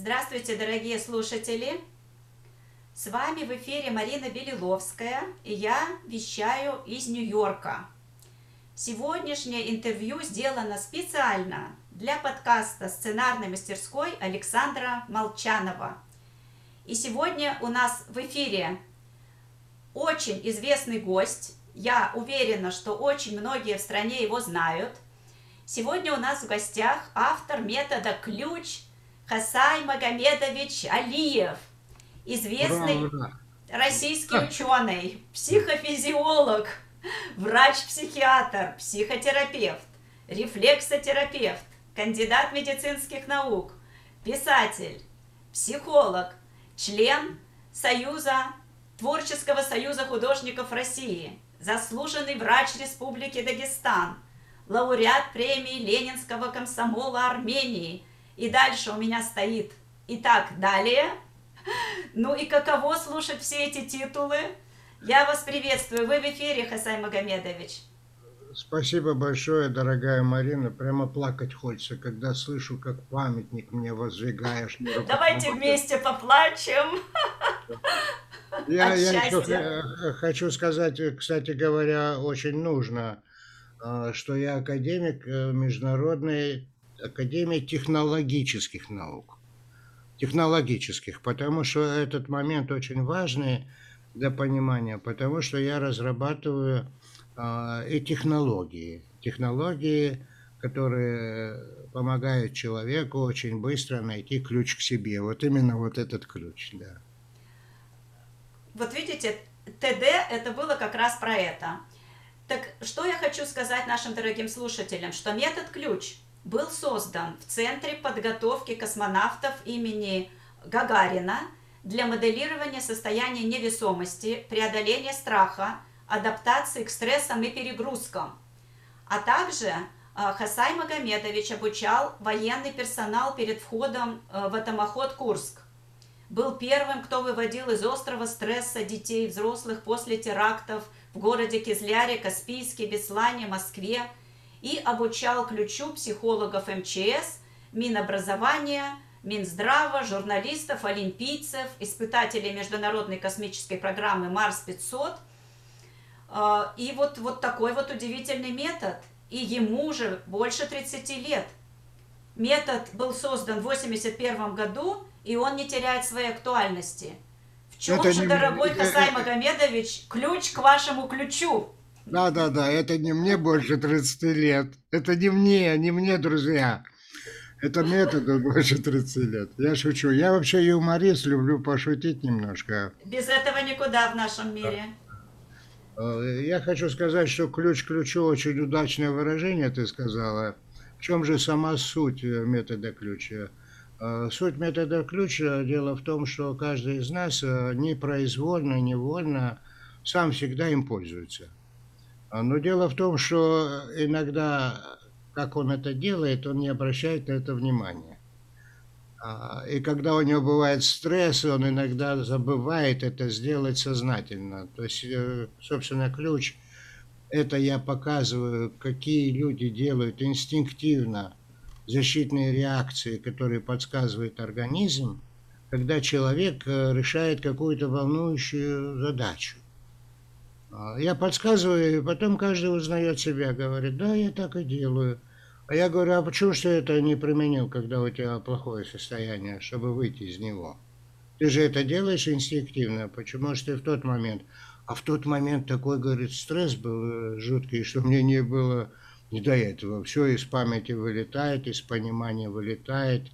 Здравствуйте, дорогие слушатели! С вами в эфире Марина Белиловская, и я вещаю из Нью-Йорка. Сегодняшнее интервью сделано специально для подкаста сценарной мастерской Александра Молчанова. И сегодня у нас в эфире очень известный гость. Я уверена, что очень многие в стране его знают. Сегодня у нас в гостях автор метода «Ключ» Хасай Магомедович Алиев, Ура, известный ура! российский ученый, психофизиолог, врач-психиатр, психотерапевт, рефлексотерапевт, кандидат медицинских наук, писатель, психолог, член Творческого союза художников России, заслуженный врач Республики Дагестан, лауреат премии Ленинского комсомола Армении. И дальше у меня стоит и так далее. Ну и каково слушать все эти титулы? Я вас приветствую. Вы в эфире, Хасай Магомедович. Спасибо большое, дорогая Марина. Прямо плакать хочется, когда слышу, как памятник мне воздвигаешь. Давайте вместе поплачем Я от еще счастья. хочу сказать, кстати говоря, очень нужно, что я академик Международной академии технологических наук. Технологических, потому что этот момент очень важный для понимания, потому что я разрабатываю и технологии, которые помогают человеку очень быстро найти ключ к себе. Вот именно вот этот ключ, да. Вот видите, ТД это было как раз про это. Так что я хочу сказать нашим дорогим слушателям, что метод «Ключ» был создан в Центре подготовки космонавтов имени Гагарина для моделирования состояния невесомости, преодоления страха, адаптации к стрессам и перегрузкам. А также Хасай Магомедович обучал военный персонал перед входом в атомоход «Курск». Был первым, кто выводил из острого стресса детей и взрослых после терактов в городе Кизляре, Каспийске, Беслане, Москве и обучал ключу психологов МЧС, Минобразования, Минздрава, журналистов, олимпийцев, испытателей международной космической программы Марс-500. И вот такой вот удивительный метод. И ему уже больше 30 лет. Метод был создан в 1981 году, и он не теряет своей актуальности. В чем Это же, не... дорогой Хасай Магомедович, ключ к вашему ключу? Да, это не мне больше 30 лет. Это не мне, друзья. Это методу больше 30 лет. Я шучу. Я вообще юморист, люблю пошутить немножко. Без этого никуда в нашем мире. Я хочу сказать, что ключ к ключу очень удачное выражение ты сказала. В чем же сама суть метода ключа? Суть метода ключа, дело в том, что каждый из нас непроизвольно, невольно сам всегда им пользуется. Но дело в том, что иногда, как он это делает, он не обращает на это внимания. И когда у него бывает стресс, он иногда забывает это сделать сознательно. То есть, собственно, ключ — это я показываю, какие люди делают инстинктивно защитные реакции, которые подсказывает организм, когда человек решает какую-то волнующую задачу. Я подсказываю, и потом каждый узнает себя, говорит: да, я так и делаю. А я говорю: а почему ж ты это не применил, когда у тебя плохое состояние, чтобы выйти из него? Ты же это делаешь инстинктивно, почему же ты в тот момент? А в тот момент такой, говорит, стресс был жуткий, что мне не было не до этого. Все из памяти вылетает, из понимания вылетает,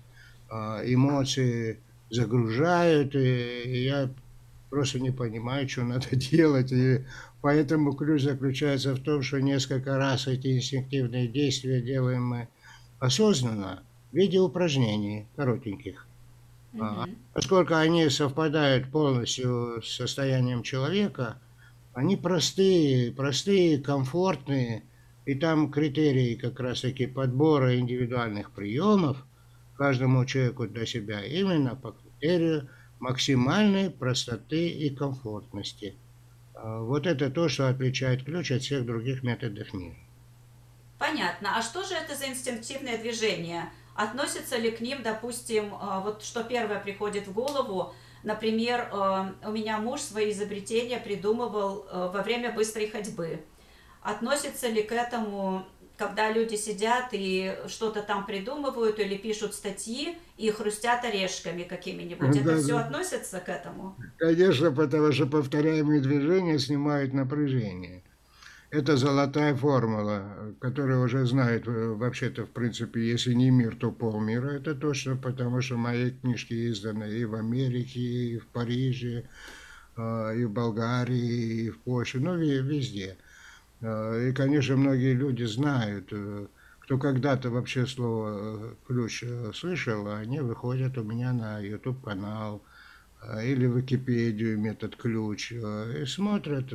эмоции загружают, и я просто не понимаю, что надо делать. И поэтому ключ заключается в том, что несколько раз эти инстинктивные действия делаем мы осознанно в виде упражнений коротеньких. Мгм. Поскольку они совпадают полностью с состоянием человека, они простые, комфортные, и там критерии как раз-таки подбора индивидуальных приемов каждому человеку для себя именно по критерию максимальной простоты и комфортности. Вот это то, что отличает ключ от всех других методов мира. Понятно. А что же это за инстинктивное движение? Относится ли к ним, допустим, вот что первое приходит в голову, например, у меня муж свои изобретения придумывал во время быстрой ходьбы. Относится ли к этому, когда люди сидят и что-то там придумывают или пишут статьи и хрустят орешками какими-нибудь? Это Да, все да. относится к этому? Конечно, потому что повторяемые движения снимают напряжение. Это золотая формула, которую уже знает вообще-то, в принципе, если не мир, то полмира. Это точно, потому что мои книжки изданы и в Америке, и в Париже, и в Болгарии, и в Польше, ну, везде. И, конечно, многие люди знают, кто когда-то вообще слово «ключ» слышал, они выходят у меня на YouTube-канал или в Википедию метод «ключ» и смотрят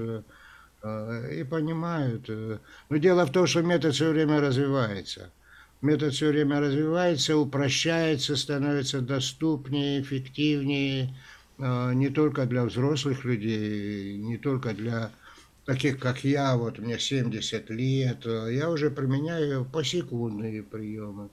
и понимают. Но дело в том, что метод все время развивается. Метод все время развивается, упрощается, становится доступнее, эффективнее, не только для взрослых людей, не только для таких, как я, вот мне 70 лет, я уже применяю посекундные приемы.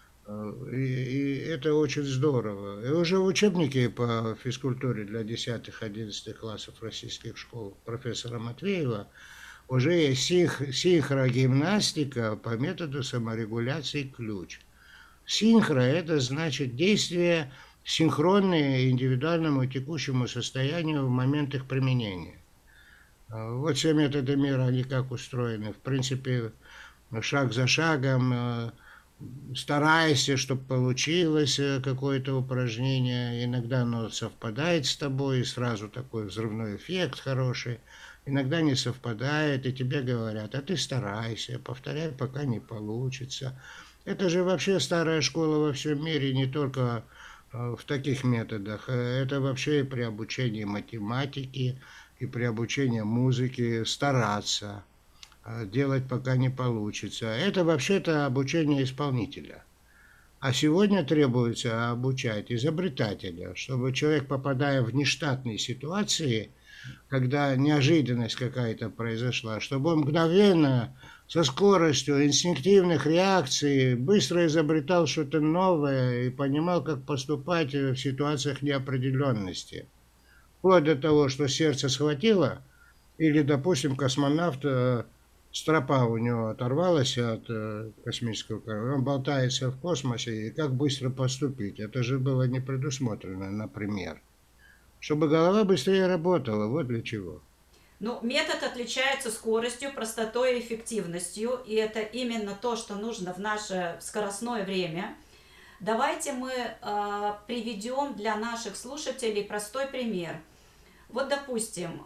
И это очень здорово. И уже в учебнике по физкультуре для 10-11 классов российских школ профессора Матвеева уже есть синхрогимнастика по методу саморегуляции ключ. Синхро – это значит действия синхронные индивидуальному текущему состоянию в момент их применения. Вот все методы мира, они как устроены. В принципе, шаг за шагом, старайся, чтобы получилось какое-то упражнение. Иногда оно совпадает с тобой, и сразу такой взрывной эффект хороший. Иногда не совпадает, и тебе говорят, а ты старайся, повторяй, пока не получится. Это же вообще старая школа во всем мире, не только в таких методах. Это вообще и при обучении математики, и при обучении музыки стараться делать, пока не получится. Это вообще-то обучение исполнителя. А сегодня требуется обучать изобретателя, чтобы человек, попадая в нештатные ситуации, когда неожиданность какая-то произошла, чтобы он мгновенно, со скоростью инстинктивных реакций, быстро изобретал что-то новое и понимал, как поступать в ситуациях неопределенности. Вплоть до того, что сердце схватило, или, допустим, космонавт, стропа у него оторвалась от космического корабля, он болтается в космосе, и как быстро поступить? Это же было не предусмотрено, например. Чтобы голова быстрее работала, вот для чего. Ну, метод отличается скоростью, простотой и эффективностью, и это именно то, что нужно в наше скоростное время. Давайте мы приведем для наших слушателей простой пример. Вот, допустим,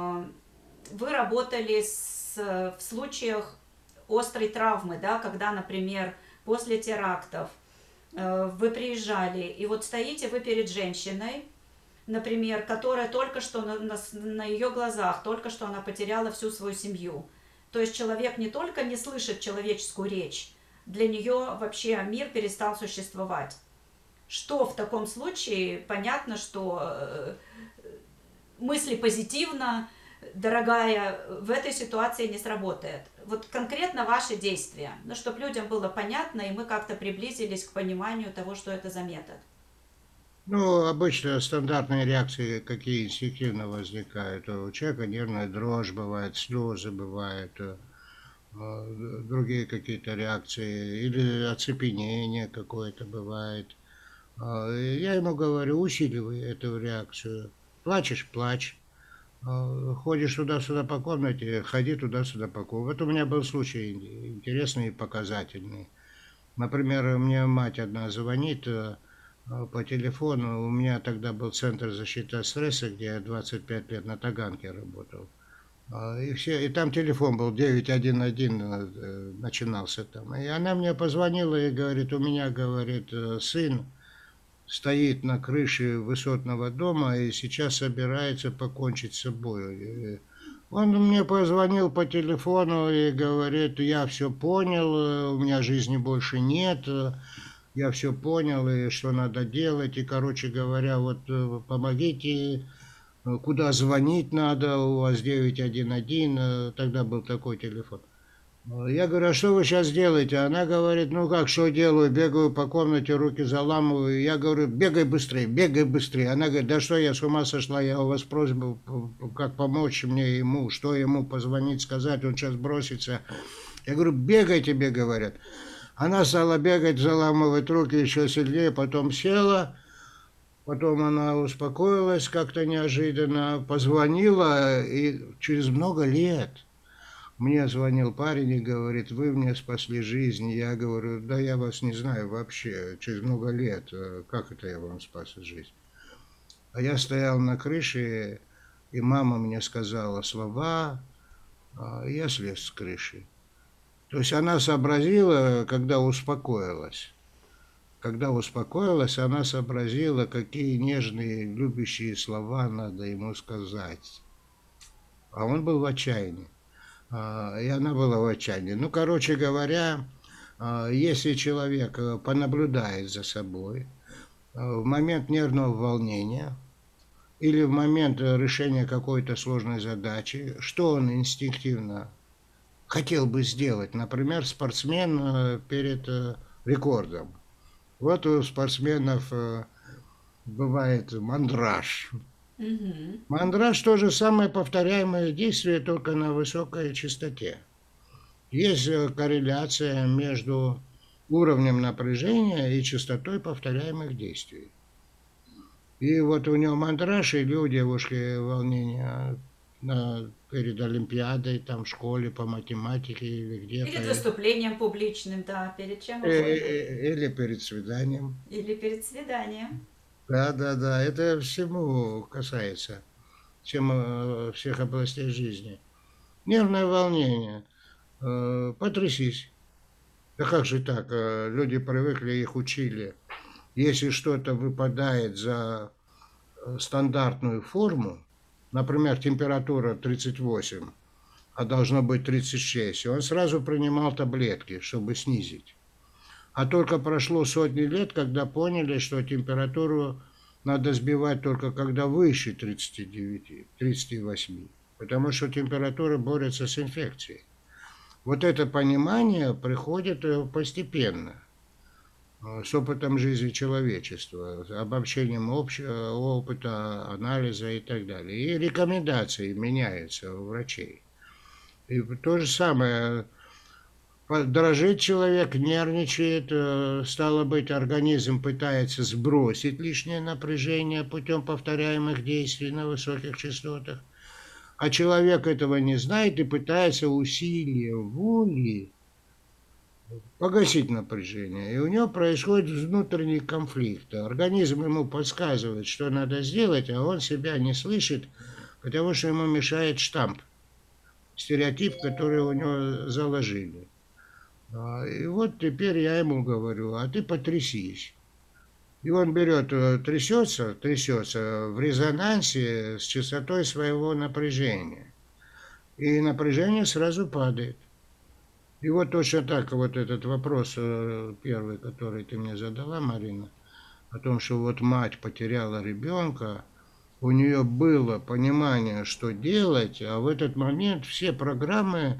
вы работали в случаях острой травмы, да, когда, например, после терактов вы приезжали, и вот стоите вы перед женщиной, например, которая только что на ее глазах, только что она потеряла всю свою семью. То есть человек не только не слышит человеческую речь, для нее вообще мир перестал существовать. Что в таком случае? Понятно, что мысли позитивно, дорогая, в этой ситуации не сработает. Вот конкретно ваши действия, ну, чтобы людям было понятно, и мы как-то приблизились к пониманию того, что это за метод. Ну, обычно стандартные реакции, какие инстинктивно возникают. У человека нервная дрожь бывает, слезы бывают, другие какие-то реакции, или оцепенение какое-то бывает. Я ему говорю, усиливай эту реакцию. Плачешь – плачь. Ходишь туда-сюда по комнате, ходи туда-сюда по комнате. Вот у меня был случай интересный и показательный. Например, мне мать одна звонит по телефону. У меня тогда был центр защиты от стресса, где я 25 лет на Таганке работал. И там телефон был 911, начинался там. И она мне позвонила и говорит, у меня, говорит, сын стоит на крыше высотного дома и сейчас собирается покончить с собой. Он мне позвонил по телефону и говорит, я все понял, у меня жизни больше нет, я все понял, и что надо делать, и, короче говоря, вот помогите, куда звонить надо, у вас 911, тогда был такой телефон. Я говорю, а что вы сейчас делаете? Она говорит, ну как, что делаю? Бегаю по комнате, руки заламываю. Я говорю, бегай быстрее, бегай быстрее. Она говорит, да что, я с ума сошла, я у вас просьбу, как помочь мне ему, что ему позвонить, сказать, он сейчас бросится. Я говорю, бегай, тебе говорят. Она стала бегать, заламывать руки еще сильнее, потом села. Потом она успокоилась как-то неожиданно, позвонила, и через много лет мне звонил парень и говорит, вы мне спасли жизнь. Я говорю, да я вас не знаю вообще, через много лет, как это я вам спас жизнь? А я стоял на крыше, и мама мне сказала слова, и я слез с крыши. То есть она сообразила, когда успокоилась. Когда успокоилась, она сообразила, какие нежные, любящие слова надо ему сказать. А он был в отчаянии. И она была в отчаянии. Ну, короче говоря, если человек понаблюдает за собой в момент нервного волнения или в момент решения какой-то сложной задачи, что он инстинктивно хотел бы сделать, например, спортсмен перед рекордом. Вот у спортсменов бывает мандраж. Мгм. Мандраж то же самое повторяемое действие, только на высокой частоте. Есть корреляция между уровнем напряжения и частотой повторяемых действий. И вот у него мандраж или у девушки волнение перед Олимпиадой, там в школе по математике или Перед где-то, выступлением публичным, да, перед чем угодно. или перед свиданием. Или перед свиданием. Да, да, да, это всему касается, всех областей жизни. Нервное волнение. Потрясись. Да как же так? Люди привыкли, их учили. Если что-то выпадает за стандартную форму, например, температура 38, а должно быть 36, и он сразу принимал таблетки, чтобы снизить. А только прошло сотни лет, когда поняли, что температуру надо сбивать только когда выше 39, 38, потому что температура борется с инфекцией. Вот это понимание приходит постепенно, с опытом жизни человечества, обобщением общего опыта, анализа и так далее. И рекомендации меняются у врачей. И то же самое, дрожит человек, нервничает, стало быть, организм пытается сбросить лишнее напряжение путем повторяемых действий на высоких частотах, а человек этого не знает и пытается усилием воли погасить напряжение. И у него происходит внутренний конфликт. Организм ему подсказывает, что надо сделать, а он себя не слышит, потому что ему мешает штамп, стереотип, который у него заложили. И вот теперь я ему говорю, а ты потрясись. И он берет, трясется в резонансе с частотой своего напряжения. И напряжение сразу падает. И вот точно так вот этот вопрос первый, который ты мне задала, Марина, о том, что вот мать потеряла ребенка, у нее было понимание, что делать, а в этот момент все программы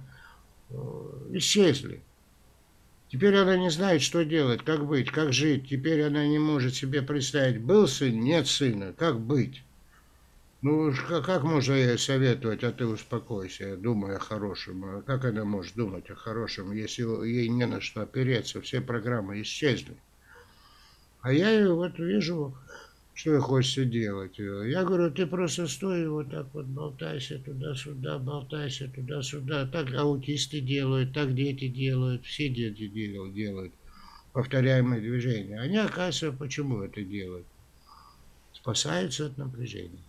исчезли. Теперь она не знает, что делать, как быть, как жить. Теперь она не может себе представить, был сын, нет сына, как быть. Ну, как можно ей советовать, а ты успокойся, думай о хорошем. А как она может думать о хорошем, если ей не на что опереться, все программы исчезли? А я ее вот вижу, что ей хочется делать. Я говорю, ты просто стой вот так вот, болтайся туда-сюда, болтайся туда-сюда. Так аутисты делают, так дети делают, все дети делают повторяемые движения. Они, оказывается, почему это делают? Спасаются от напряжения.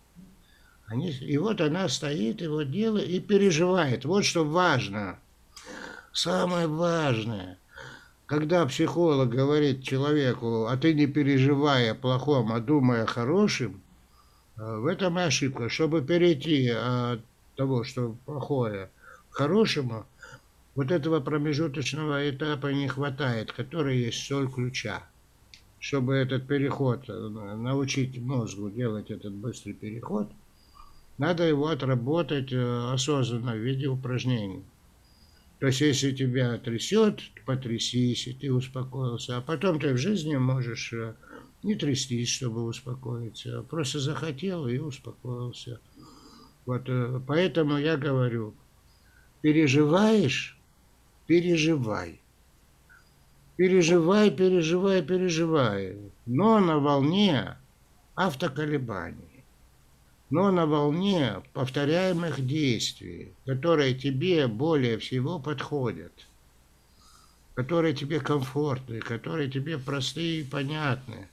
И вот она стоит, и вот делает, и переживает. Вот что важно. Самое важное. Когда психолог говорит человеку, а ты не переживай о плохом, а думай о хорошем, в этом и ошибка. Чтобы перейти от того, что плохое, к хорошему, вот этого промежуточного этапа не хватает, который есть соль ключа. Чтобы этот переход, научить мозгу делать этот быстрый переход, надо его отработать осознанно в виде упражнений. То есть, если тебя трясет, потрясись, и ты успокоился. А потом ты в жизни можешь не трястись, чтобы успокоиться. Просто захотел и успокоился. Вот поэтому я говорю, переживаешь, переживай. Переживай, переживай, переживай. Но на волне автоколебаний. Но на волне повторяемых действий, которые тебе более всего подходят, которые тебе комфортны, которые тебе простые и понятны.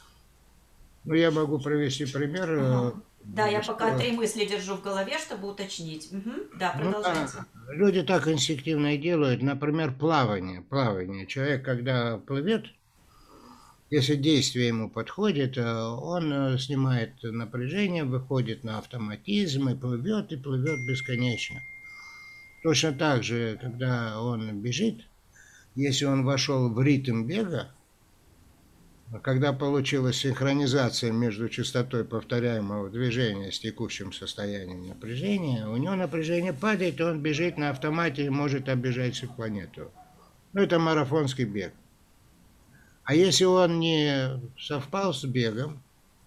Ну, я могу привести пример. Ага. Да, я пока Что, три мысли держу в голове, чтобы уточнить. Мгм. Да, ну, продолжайте. люди так инстинктивно и делают. Например, плавание. Плавание. Человек, когда плывет, если действие ему подходит, он снимает напряжение, выходит на автоматизм и плывет бесконечно. Точно так же, когда он бежит, если он вошел в ритм бега, когда получилась синхронизация между частотой повторяемого движения с текущим состоянием напряжения, у него напряжение падает, и он бежит на автомате и может оббежать всю планету. Ну, это марафонский бег. А если он не совпал с бегом,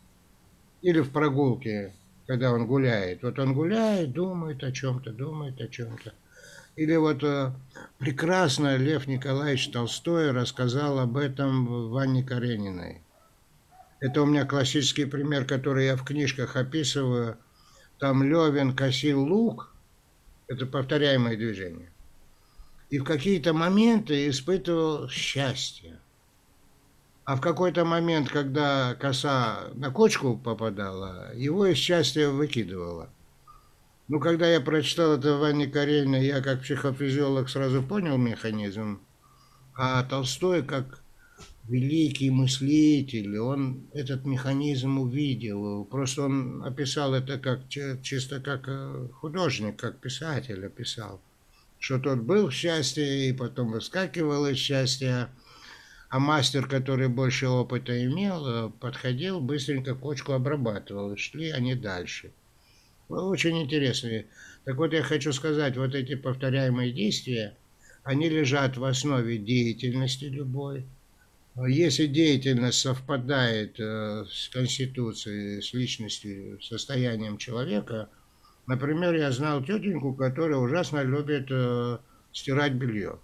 или в прогулке, когда он гуляет, вот он гуляет, думает о чем-то, думает о чем-то. Или вот прекрасно Лев Николаевич Толстой рассказал об этом в Анне Карениной. Это у меня классический пример, который я в книжках описываю. Там Левин косил лук, это повторяемое движение, и в какие-то моменты испытывал счастье. А в какой-то момент, когда коса на кочку попадала, его из счастья выкидывало. Ну, когда я прочитал это в Анне Карениной, я как психофизиолог сразу понял механизм, а Толстой как великий мыслитель, он этот механизм увидел. Просто он описал это как чисто как художник, как писатель описал. Что тот был в счастье и потом выскакивал из счастья, а мастер, который больше опыта имел, подходил, быстренько кочку обрабатывал, и шли они дальше. Очень интересно. Так вот, я хочу сказать, вот эти повторяемые действия, они лежат в основе деятельности любой. Если деятельность совпадает с конституцией, с личностью, состоянием человека, например, я знал тетеньку, которая ужасно любит стирать белье.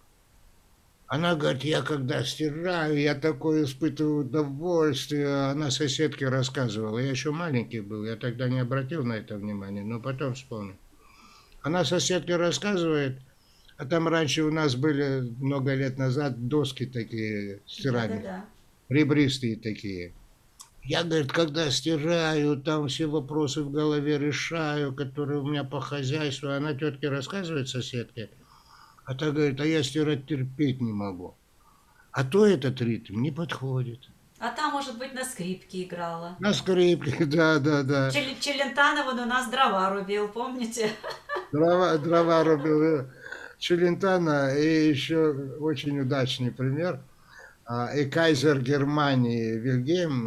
Она говорит, я когда стираю, я такое испытываю удовольствие. Она соседке рассказывала. Я еще маленький был, я тогда не обратил на это внимание, но потом вспомнил. Она соседке рассказывает, а там раньше у нас были много лет назад доски такие стиральные, Да-да-да. ребристые такие. Я, говорит, когда стираю, там все вопросы в голове решаю, которые у меня по хозяйству. Она тетке рассказывает, соседке, а та говорит, а я стирать терпеть не могу. А то этот ритм не подходит. А там, может быть, на скрипке играла. На скрипке, да, да, да. Челентано вон у нас дрова рубил, помните? Дрова рубил Челентано. И еще очень удачный пример. И кайзер Германии Вильгельм,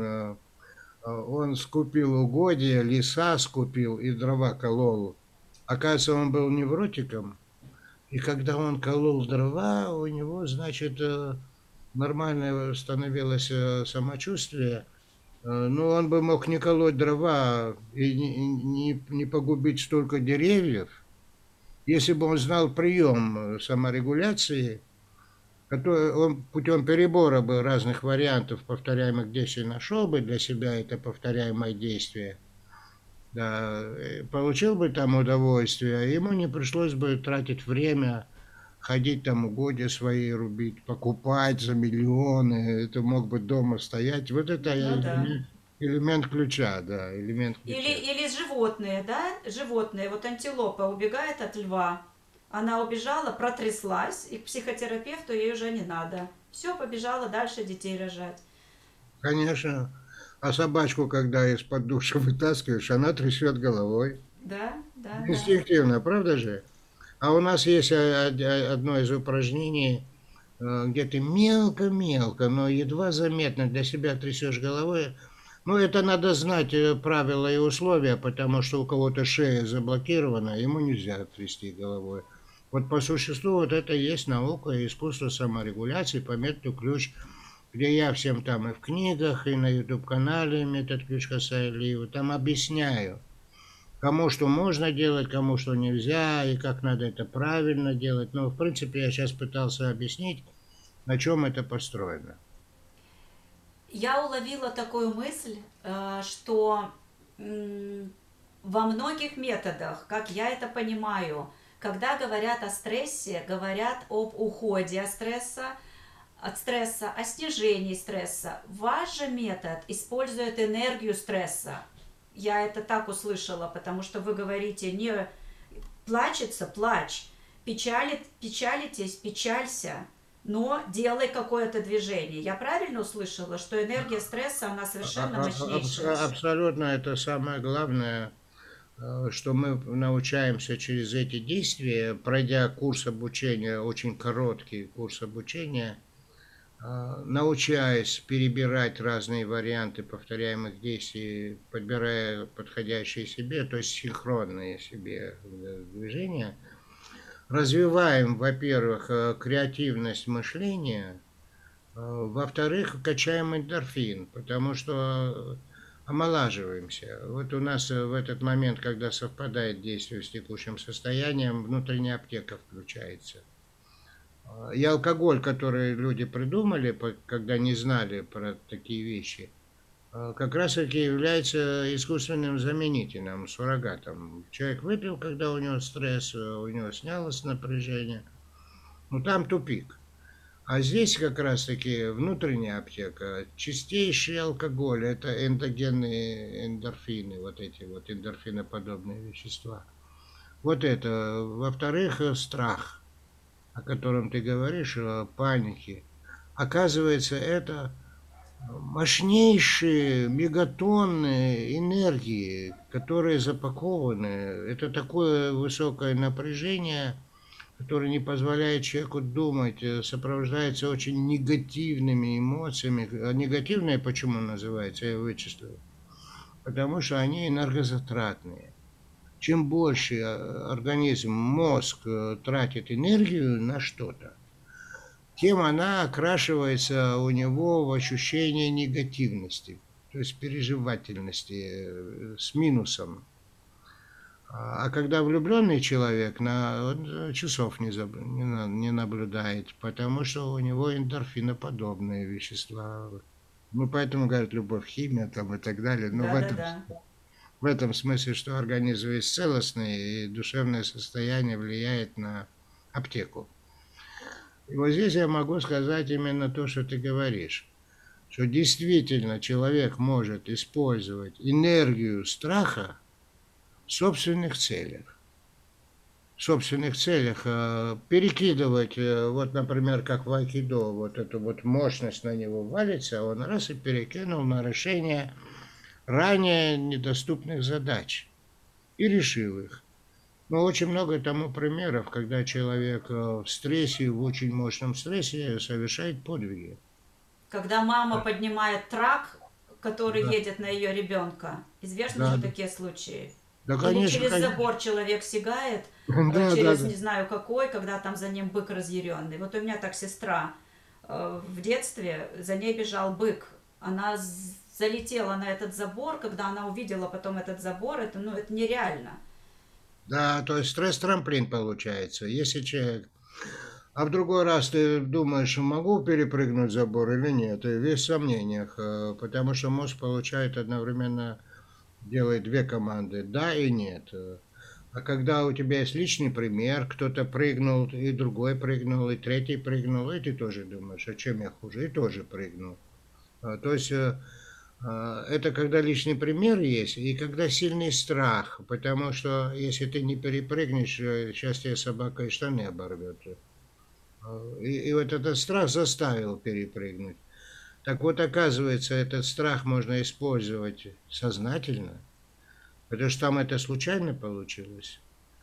он скупил угодья, леса скупил и дрова колол. Оказывается, он был невротиком. И когда он колол дрова, у него, значит, нормальное становилось самочувствие. Но он бы мог не колоть дрова и не погубить столько деревьев, если бы он знал прием саморегуляции, который он путем перебора бы разных вариантов повторяемых действий нашел бы для себя это повторяемое действие, да, получил бы там удовольствие, а ему не пришлось бы тратить время, ходить там угодья свои рубить, покупать за миллионы, это мог бы дома стоять. Вот это Ну да. элемент ключа, да, элемент ключа. Или животные, да? Животные. Вот антилопа убегает от льва. Она убежала, протряслась, и к психотерапевту ей уже не надо. Все, побежала дальше детей рожать. Конечно. А собачку, когда из-под душа вытаскиваешь, она трясет головой. Да, да, да. Инстинктивно, правда же? А у нас есть одно из упражнений, где ты мелко-мелко, но едва заметно для себя трясешь головой. Ну, это надо знать правила и условия, потому что у кого-то шея заблокирована, ему нельзя трясти головой. Вот по существу вот это и есть наука и искусство саморегуляции по методу ключ, где я всем там и в книгах, и на YouTube-канале метод ключ Хасаилиева там объясняю, кому что можно делать, кому что нельзя, и как надо это правильно делать. Но, в принципе, я сейчас пытался объяснить, на чем это построено. Я уловила такую мысль, что во многих методах, как я это понимаю, когда говорят о стрессе, говорят об уходе от стресса, о снижении стресса. Ваш же метод использует энергию стресса. Я это так услышала, потому что вы говорите, не плачется, плачь, печалитесь, печалься, но делай какое-то движение. Я правильно услышала, что энергия стресса, она совершенно мощнейшая? Абсолютно это самое главное, что мы научаемся через эти действия, пройдя курс обучения, очень короткий курс обучения, научаясь перебирать разные варианты повторяемых действий, подбирая подходящие себе, то есть синхронные себе движения, развиваем, во-первых, креативность мышления, во-вторых, качаем эндорфин, потому что омолаживаемся. Вот у нас в этот момент, когда совпадает действие с текущим состоянием, внутренняя аптека включается. И алкоголь, который люди придумали, когда не знали про такие вещи, как раз таки является искусственным заменителем, суррогатом. Человек выпил, когда у него стресс, у него снялось напряжение. Ну, там тупик. А здесь как раз-таки внутренняя аптека, чистейший алкоголь, это эндогенные эндорфины, вот эти вот эндорфиноподобные вещества. Вот это. Во-вторых, страх, о котором ты говоришь, о панике. Оказывается, это мощнейшие мегатонны энергии, которые запакованы. Это такое высокое напряжение, которое не позволяет человеку думать, сопровождается очень негативными эмоциями. А негативные почему называются, я вычислил? Потому что они энергозатратные. Чем больше организм, мозг тратит энергию на что-то, тем она окрашивается у него в ощущение негативности, то есть переживательности с минусом. А когда влюбленный человек он часов не наблюдает, потому что у него эндорфиноподобные вещества. Ну, поэтому говорят, любовь, химия там и так далее. Но Да-да-да. в этом смысле, что организм весь целостный, и душевное состояние влияет на аптеку. И вот здесь я могу сказать именно то, что ты говоришь, что действительно человек может использовать энергию страха в собственных целях. В собственных целях перекидывать, вот, например, как в айкидо, вот эту вот мощность на него валится, он раз и перекинул на решение ранее недоступных задач и решил их. Но очень много тому примеров, когда человек в стрессе, в очень мощном стрессе совершает подвиги. Когда мама поднимает трак, который Да, едет на ее ребенка, известны да, же да, такие случаи. да, Или конечно, через конечно. забор человек сигает, Да, да, через да. не знаю какой, когда там за ним бык разъяренный. Вот у меня так сестра в детстве, за ней бежал бык. Она залетела на этот забор, когда она увидела потом этот забор, это, ну, это нереально. Да, то есть стресс-трамплин получается. Если человек... А в другой раз ты думаешь, могу перепрыгнуть забор или нет, и весь в сомнениях, потому что мозг получает одновременно, делает две команды, да и нет. А когда у тебя есть личный пример, кто-то прыгнул, и другой прыгнул, и третий прыгнул, и ты тоже думаешь, а чем я хуже, и тоже прыгнул. То есть это когда личный пример есть, и когда сильный страх, потому что если ты не перепрыгнешь, сейчас тебе собака и штаны оборвет. И вот этот страх заставил перепрыгнуть. Так вот, оказывается, этот страх можно использовать сознательно, потому что там это случайно получилось.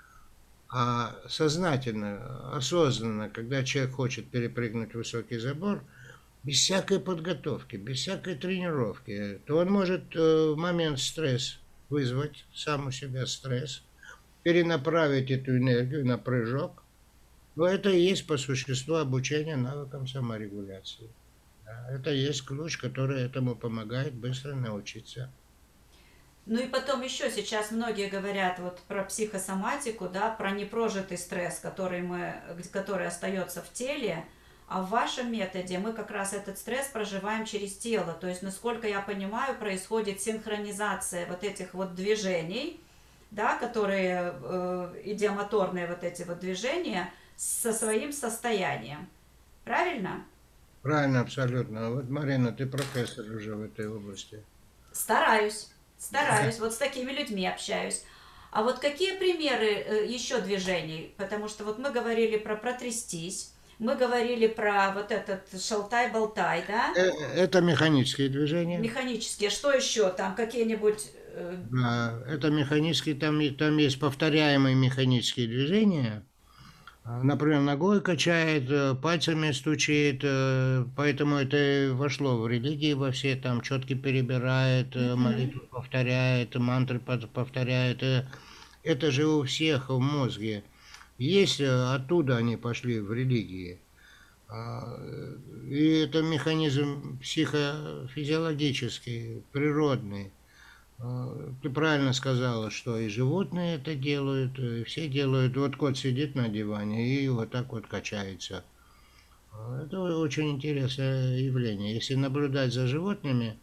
А сознательно, осознанно, когда человек хочет перепрыгнуть высокий забор, без всякой подготовки, без всякой тренировки, то он может в момент стресс вызвать сам у себя стресс, перенаправить эту энергию на прыжок, Но это и есть по существу обучение навыкам саморегуляции. Да, это и есть ключ, который этому помогает быстро научиться. Ну и потом еще сейчас многие говорят вот про психосоматику, да, про непрожитый стресс, который остается в теле, а в вашем методе мы как раз этот стресс проживаем через тело. То есть, насколько я понимаю, происходит синхронизация вот этих вот движений, да, которые идиомоторные вот эти вот движения со своим состоянием. Правильно? Правильно, абсолютно. Вот, Марина, ты профессор уже в этой области. Стараюсь, стараюсь, вот с такими людьми общаюсь. А вот какие примеры еще движений? Потому что вот мы говорили про протрястись, мы говорили про вот этот шалтай-болтай, да? Это механические движения. Механические. Что еще там? Какие-нибудь... Да, это механические, там есть повторяемые механические движения. Например, ногой качает, пальцами стучит, поэтому это и вошло в религии во все, там четки перебирает, Мгм. молитвы повторяет, мантры повторяет. Это же у всех в мозге. Есть, оттуда они пошли в религии. И это механизм психофизиологический, природный. Ты правильно сказала, что и животные это делают, и все делают. Вот кот сидит на диване и вот так вот качается. Это очень интересное явление. Если наблюдать за животными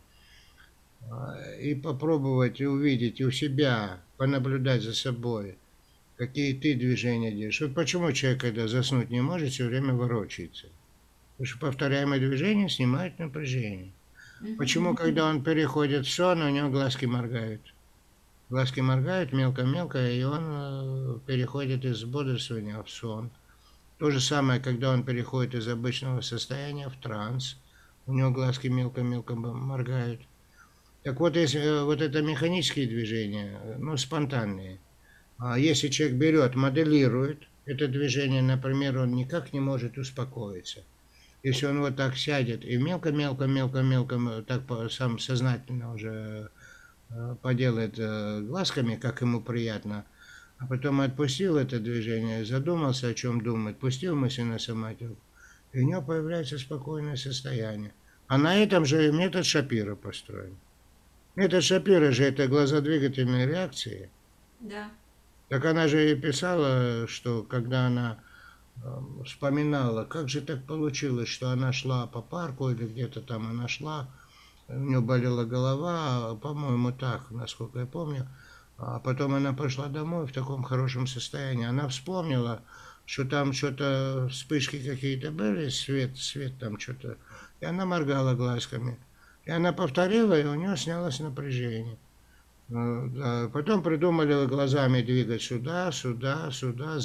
и попробовать увидеть у себя, понаблюдать за собой, какие ты движения делаешь. Вот почему человек, когда заснуть не может, все время ворочается. Потому что повторяемые движения снимают напряжение. Почему, Мгм. когда он переходит в сон, у него глазки моргают? Глазки моргают мелко-мелко, и он переходит из бодрствования в сон. То же самое, когда он переходит из обычного состояния в транс. У него глазки мелко-мелко моргают. Так вот, если вот это механические движения, ну, спонтанные. А если человек берет, моделирует это движение, например, он никак не может успокоиться. Если он вот так сядет и мелко-мелко-мелко-мелко так сам сознательно уже поделает глазками, как ему приятно, а потом отпустил это движение, задумался, о чем думает, пустил мысли на самотек, и у него появляется спокойное состояние. А на этом же метод Шапира построен. Метод Шапира же это глазодвигательные реакции. Да. Так она же и писала, что когда она вспоминала, как же так получилось, что она шла по парку или где-то там она шла, у нее болела голова, по-моему, так, насколько я помню. А потом она пошла домой в таком хорошем состоянии. Она вспомнила, что там что-то, вспышки какие-то были, свет там что-то. И она моргала глазками. И она повторила, и у нее снялось напряжение. Да. Потом придумали глазами двигать сюда, сюда, сюда,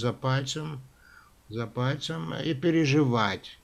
за пальцем и переживать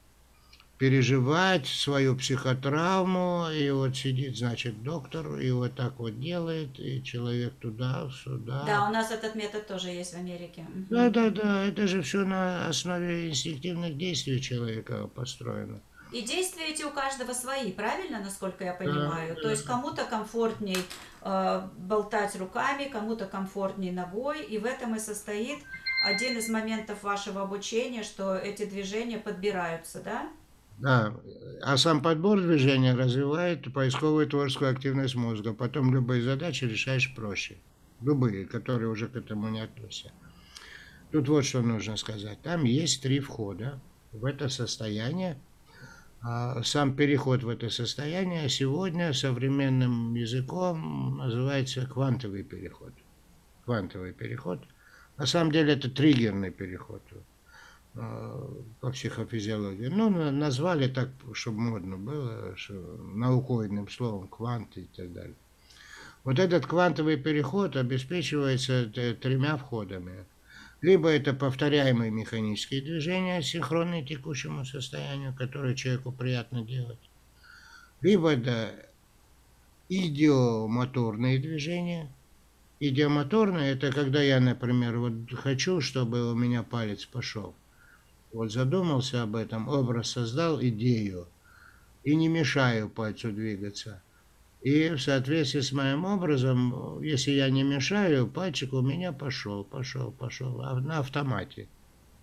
свою психотравму, и вот сидит, значит, доктор, и вот так вот делает, и человек туда, Да, сюда. у нас этот метод тоже есть в Америке. Да, Мгм. да, да, это же все на основе инстинктивных действий человека построено. И действия эти у каждого свои, правильно, насколько я Да, понимаю? То есть да. кому-то комфортней болтать руками, кому-то комфортней ногой, и в этом и состоит один из моментов вашего обучения, что эти движения подбираются, да? Да, а сам подбор движения развивает поисковую творческую активность мозга. Потом любые задачи решаешь проще. Любые, которые уже к этому не относятся. Тут вот что нужно сказать. Там есть 3 входа в это состояние. Сам переход в это состояние сегодня современным языком называется квантовый переход. Квантовый переход. На самом деле это триггерный переход по психофизиологии. Ну, назвали так, чтобы модно было, что наукоидным словом квант и так далее. Вот этот квантовый переход обеспечивается тремя входами. Либо это повторяемые механические движения, синхронные текущему состоянию, которые человеку приятно делать. Либо это идиомоторные движения. Идиомоторные – это когда я, например, вот хочу, чтобы у меня палец пошел. Вот задумался об этом, образ создал, идею, и не мешаю пальцу двигаться. И в соответствии с моим образом, если я не мешаю, пальчик у меня пошел, на автомате.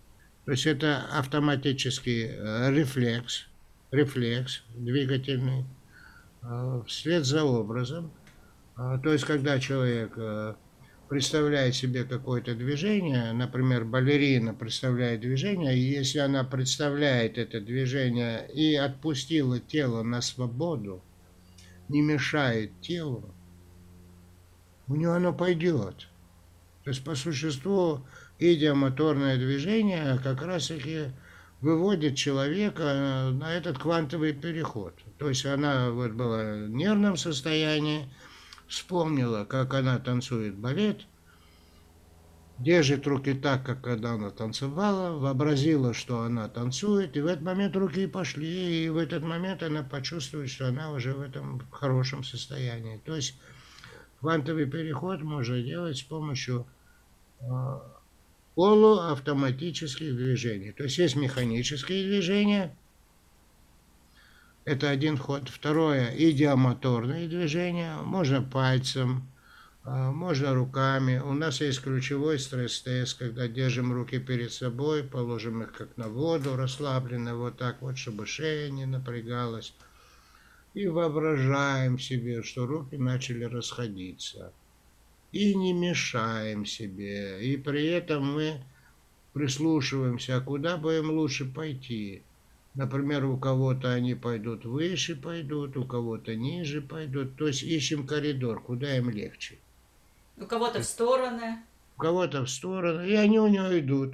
То есть это автоматический рефлекс двигательный, вслед за образом. То есть когда человек представляет себе какое-то движение, например, балерина представляет движение, и если она представляет это движение и отпустила тело на свободу, не мешает телу, у нее оно пойдет. То есть по существу идиомоторное движение как раз-таки выводит человека на этот квантовый переход. То есть она вот была в нервном состоянии, вспомнила, как она танцует балет, держит руки так, как когда она танцевала, вообразила, что она танцует, и в этот момент руки и пошли, и в этот момент она почувствует, что она уже в этом хорошем состоянии. То есть квантовый переход можно делать с помощью полуавтоматических движений. То есть есть механические движения, это один ход. Второе, идиомоторные движения, можно пальцем, можно руками. У нас есть ключевой стресс-тест, когда держим руки перед собой, положим их как на воду, расслабленно, вот так вот, чтобы шея не напрягалась. И воображаем себе, что руки начали расходиться. И не мешаем себе. И при этом мы прислушиваемся, а куда бы им лучше пойти. Например, у кого-то они пойдут выше, пойдут, у кого-то ниже пойдут. То есть ищем коридор, куда им легче. У кого-то в стороны. У кого-то в сторону, и они у него идут.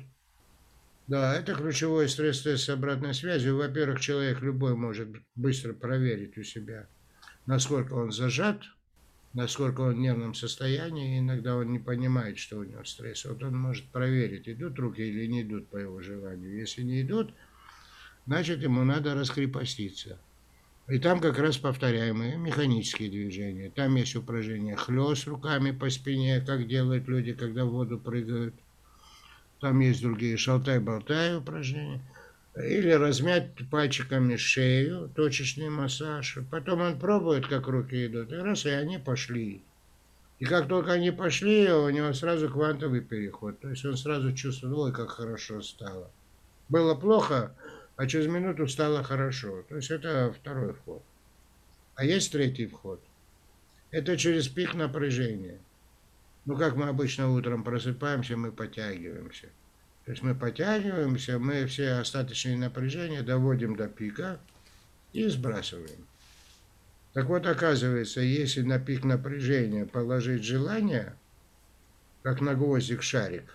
Да, это ключевой стресс-тест с обратной связью. Во-первых, человек любой может быстро проверить у себя, насколько он зажат, насколько он в нервном состоянии. Иногда он не понимает, что у него стресс. Вот он может проверить, идут руки или не идут по его желанию. Если не идут, значит ему надо раскрепоститься. И там как раз повторяемые механические движения. Там есть упражнение хлёст руками по спине, как делают люди, когда в воду прыгают. Там есть другие шалтай-болтай упражнения. Или размять пальчиками шею, точечный массаж. Потом он пробует, как руки идут, и раз, и они пошли. И как только они пошли, у него сразу квантовый переход. То есть он сразу чувствует, ой, как хорошо стало. Было плохо, а через минуту стало хорошо. То есть это второй вход. А есть третий вход. Это через пик напряжения. Ну, как мы обычно утром просыпаемся, мы подтягиваемся. То есть мы подтягиваемся, мы все остаточные напряжения доводим до пика и сбрасываем. Так вот, оказывается, если на пик напряжения положить желание, как на гвоздик шарик,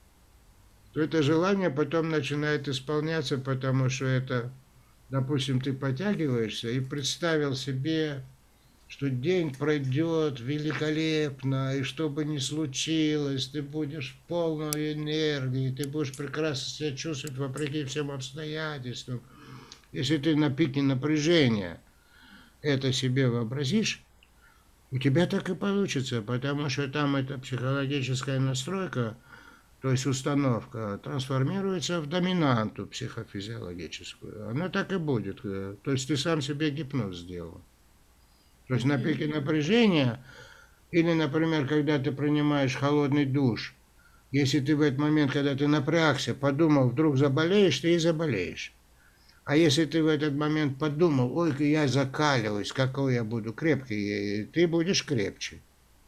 то это желание потом начинает исполняться, потому что это, допустим, ты подтягиваешься и представил себе, что день пройдет великолепно, и что бы ни случилось, ты будешь в полной энергии, ты будешь прекрасно себя чувствовать вопреки всем обстоятельствам. Если ты на пике напряжения это себе вообразишь, у тебя так и получится, потому что там эта психологическая настройка, то есть установка, трансформируется в доминанту психофизиологическую. Она так и будет. То есть ты сам себе гипноз сделал. То есть на пике напряжения, или, например, когда ты принимаешь холодный душ, если ты в этот момент, когда ты напрягся, подумал, вдруг заболеешь, ты и заболеешь. А если ты в этот момент подумал, ой, я закаливаюсь, какой я буду крепкий, ты будешь крепче.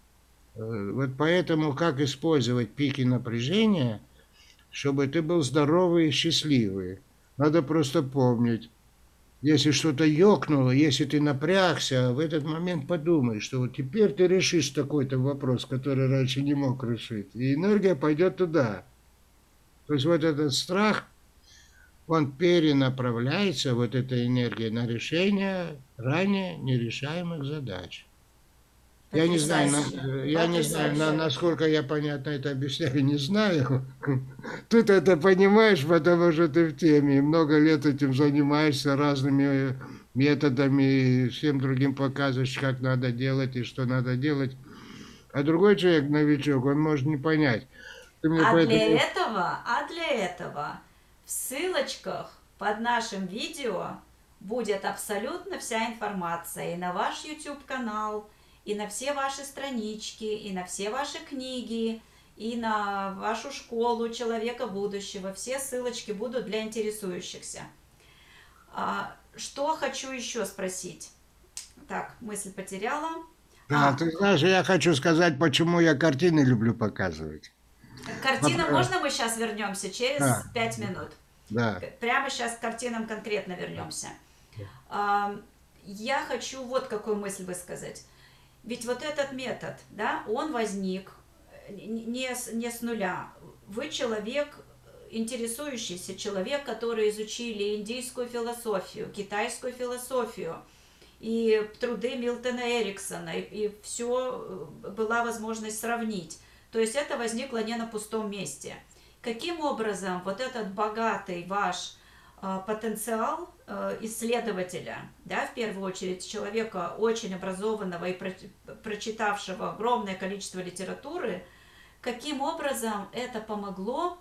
Вот поэтому как использовать пики напряжения, чтобы ты был здоровый и счастливый. Надо просто помнить, если что-то ёкнуло, если ты напрягся, в этот момент подумай, что вот теперь ты решишь такой-то вопрос, который раньше не мог решить. И энергия пойдет туда. То есть вот этот страх, он перенаправляется, вот эта энергия, на решение ранее нерешаемых задач. Я не знаю, насколько я понятно это объясняю, не знаю. Тут это понимаешь, потому что ты в теме, много лет этим занимаешься разными методами, и всем другим показываешь, как надо делать и что надо делать. А другой человек, новичок, он может не понять. Ты мне поэтому... для этого в ссылочках под нашим видео будет абсолютно вся информация и на ваш YouTube канал, и на все ваши странички, и на все ваши книги, и на вашу школу человека будущего. Все ссылочки будут для интересующихся. Что хочу еще спросить? Так, мысль потеряла. Да, ты знаешь, я хочу сказать, почему я картины люблю показывать. К картинам Вопрос. можно мы сейчас вернемся через Да, 5 минут? да. Прямо сейчас к картинам конкретно вернемся. Я хочу вот какую мысль высказать. Ведь вот этот метод, да, он возник не с нуля. Вы человек, интересующийся человек, который изучили индийскую философию, китайскую философию, и труды Милтона Эриксона, и все была возможность сравнить. То есть это возникло не на пустом месте. Каким образом вот этот богатый ваш потенциал исследователя, да, в первую очередь человека очень образованного и прочитавшего огромное количество литературы, каким образом это помогло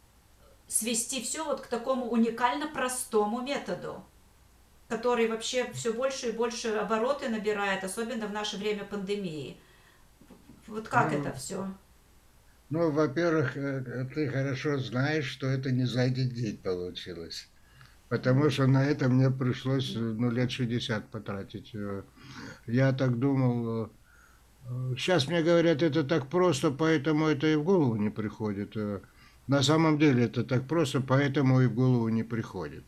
свести все вот к такому уникально простому методу, который вообще все больше и больше обороты набирает, особенно в наше время пандемии. Вот как это Ну, все? ну, во-первых, ты хорошо знаешь, что это не за один день получилось. Потому что на это мне пришлось, ну, лет 60 потратить. Я так думал, сейчас мне говорят, это так просто, поэтому это и в голову не приходит. На самом деле это так просто, поэтому и в голову не приходит.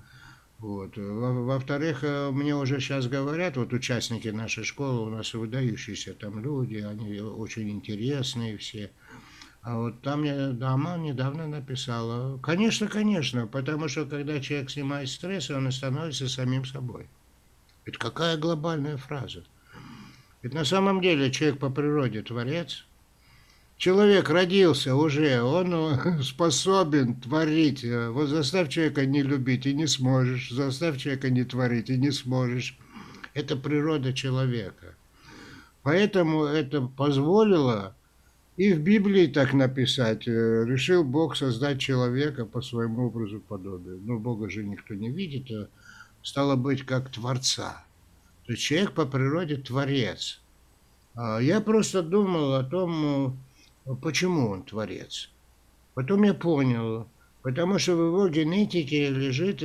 Вот. Во-вторых, мне уже сейчас говорят, вот участники нашей школы, у нас выдающиеся там люди, они очень интересные все. А вот там мне дама недавно написала, конечно, конечно, потому что когда человек снимает стресс, он и становится самим собой. Это какая глобальная фраза. Ведь на самом деле человек по природе творец. Человек родился уже, он способен творить. Вот заставь человека не любить и не сможешь, заставь человека не творить и не сможешь. Это природа человека. Поэтому это позволило и в Библии так написать. Решил Бог создать человека по своему образу подобию. Но Бога же никто не видит, стало быть, как Творца. То есть человек по природе творец. Я просто думал о том, почему он творец. Потом я понял, потому что в его генетике лежит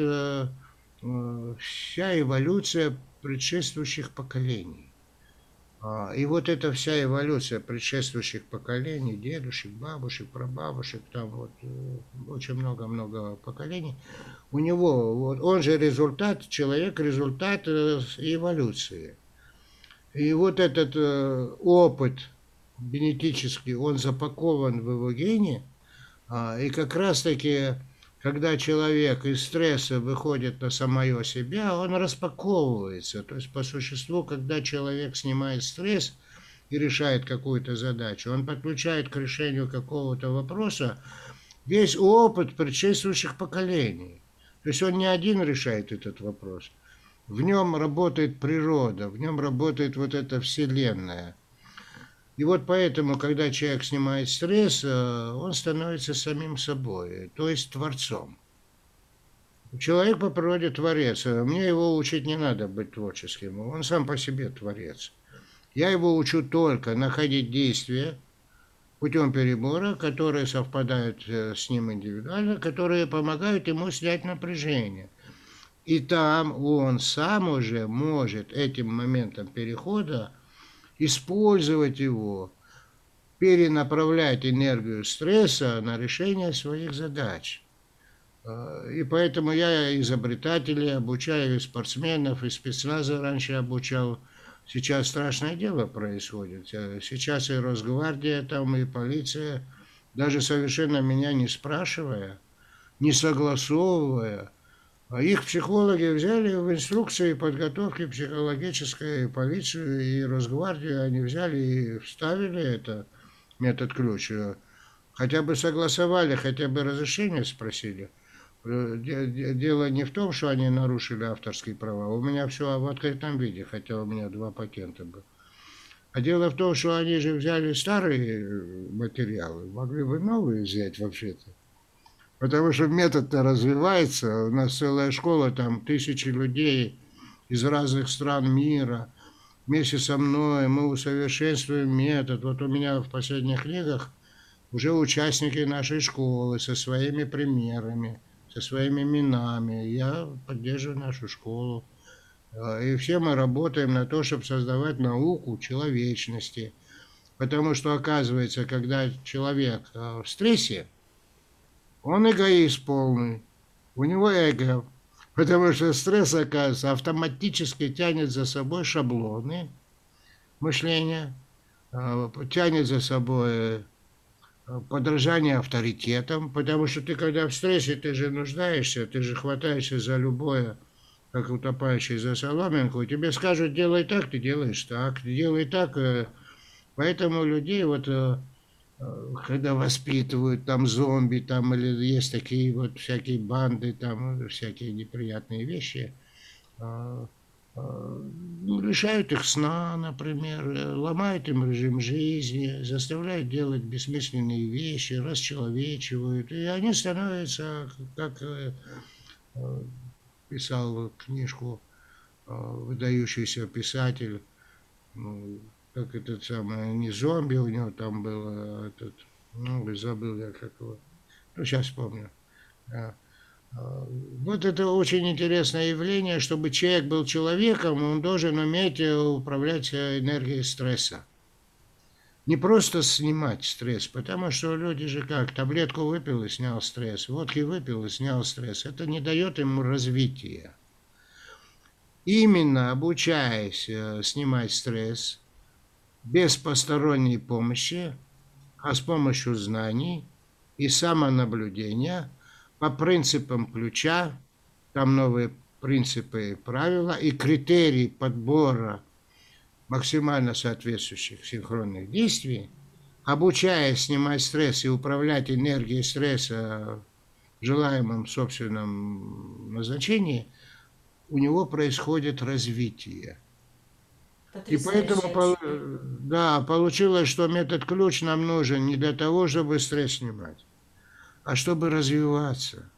вся эволюция предшествующих поколений. И вот эта вся эволюция предшествующих поколений, дедушек, бабушек, прабабушек, там вот очень много-много поколений, у него, вот, он же результат, человек результат эволюции. И вот этот опыт генетический, он запакован в его гене, и как раз-таки, когда человек из стресса выходит на самое себя, он распаковывается. То есть, по существу, когда человек снимает стресс и решает какую-то задачу, он подключает к решению какого-то вопроса весь опыт предшествующих поколений. То есть он не один решает этот вопрос. В нем работает природа, в нем работает вот эта вселенная. И вот поэтому, когда человек снимает стресс, он становится самим собой, то есть творцом. Человек по природе творец. Мне его учить не надо быть творческим. Он сам по себе творец. Я его учу только находить действия путем перебора, которые совпадают с ним индивидуально, которые помогают ему снять напряжение. И там он сам уже может этим моментом перехода использовать его, перенаправлять энергию стресса на решение своих задач. И поэтому я изобретателей обучаю, и спортсменов, и спецназа раньше обучал. Сейчас страшное дело происходит. Сейчас и Росгвардия, там, и полиция, даже совершенно меня не спрашивая, не согласовывая, а их психологи взяли в инструкции подготовки психологической, полицию и Росгвардию, они взяли и вставили это, метод ключ. Хотя бы согласовали, хотя бы разрешение спросили. Дело не в том, что они нарушили авторские права. У меня все в открытом виде, хотя у меня 2 патента было. А дело в том, что они же взяли старые материалы, могли бы новые взять вообще-то. Потому что метод-то развивается. У нас целая школа, там тысячи людей из разных стран мира. Вместе со мной мы усовершенствуем метод. Вот у меня в последних книгах уже участники нашей школы со своими примерами, со своими именами. Я поддерживаю нашу школу. И все мы работаем на то, чтобы создавать науку человечности. Потому что, оказывается, когда человек в стрессе, он эгоист полный. У него эго. Потому что стресс, оказывается, автоматически тянет за собой шаблоны мышления, тянет за собой подражание авторитетам, потому что ты, когда в стрессе, ты же нуждаешься, ты же хватаешься за любое, как утопающий за соломинку, и тебе скажут, делай так, ты делаешь так, делай так. Поэтому людей вот, когда воспитывают там зомби, там или есть такие вот всякие банды, там всякие неприятные вещи, ну, лишают их сна, например, ломают им режим жизни, заставляют делать бессмысленные вещи, расчеловечивают, и они становятся, как писал книжку выдающийся писатель, ну, как этот самый, не зомби у него там был, этот, ну, забыл я как его, ну, сейчас вспомню. А, Вот это очень интересное явление, чтобы человек был человеком, он должен уметь управлять энергией стресса. Не просто снимать стресс, потому что люди же как, таблетку выпил и снял стресс, водки выпил и снял стресс. Это не дает ему развития. Именно обучаясь снимать стресс без посторонней помощи, а с помощью знаний и самонаблюдения по принципам ключа, там новые принципы и правила, и критерии подбора максимально соответствующих синхронных действий, обучая снимать стресс и управлять энергией стресса в желаемом собственном назначении, у него происходит развитие. И поэтому, Потрясающая тема. да, получилось, что метод ключ нам нужен не для того, чтобы стресс снимать, а чтобы развиваться,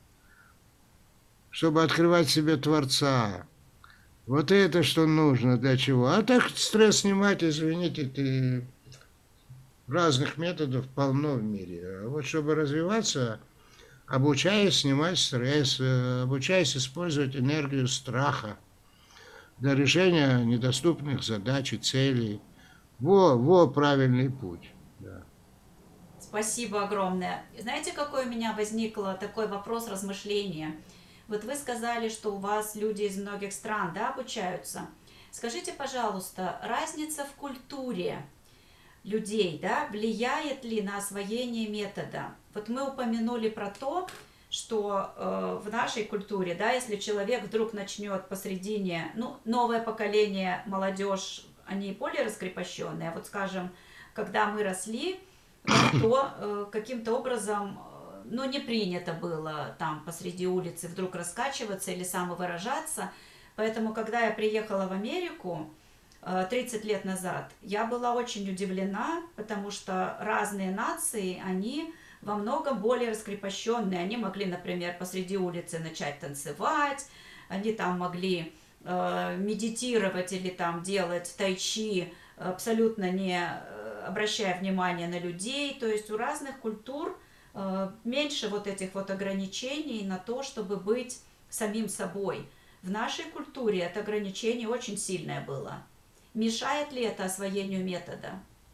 чтобы открывать в себе Творца. Вот это что нужно для чего. А так стресс снимать, извините, ты разных методов полно в мире. А вот чтобы развиваться, обучаясь снимать стресс, обучаясь использовать энергию страха для решения недоступных задач и целей. Во правильный путь. Да. Спасибо огромное. Знаете, какой у меня возникло такой вопрос размышления? Вот вы сказали, что у вас люди из многих стран, да, обучаются. Скажите, пожалуйста, разница в культуре людей, да, влияет ли на освоение метода? Вот мы упомянули про то, что в нашей культуре, да, если человек вдруг начнет посредине, ну, новое поколение, молодежь, они более раскрепощенные, а вот, скажем, когда мы росли, то каким-то образом, ну, не принято было там посреди улицы вдруг раскачиваться или самовыражаться. Поэтому, когда я приехала в Америку 30 лет назад, я была очень удивлена, потому что разные нации, они во многом более раскрепощенные. Они могли, например, посреди улицы начать танцевать, они там могли медитировать или там делать тайчи, абсолютно не обращая внимания на людей. То есть у разных культур меньше вот этих вот ограничений на то, чтобы быть самим собой. В нашей культуре это ограничение очень сильное было. Мешает ли это освоению метода?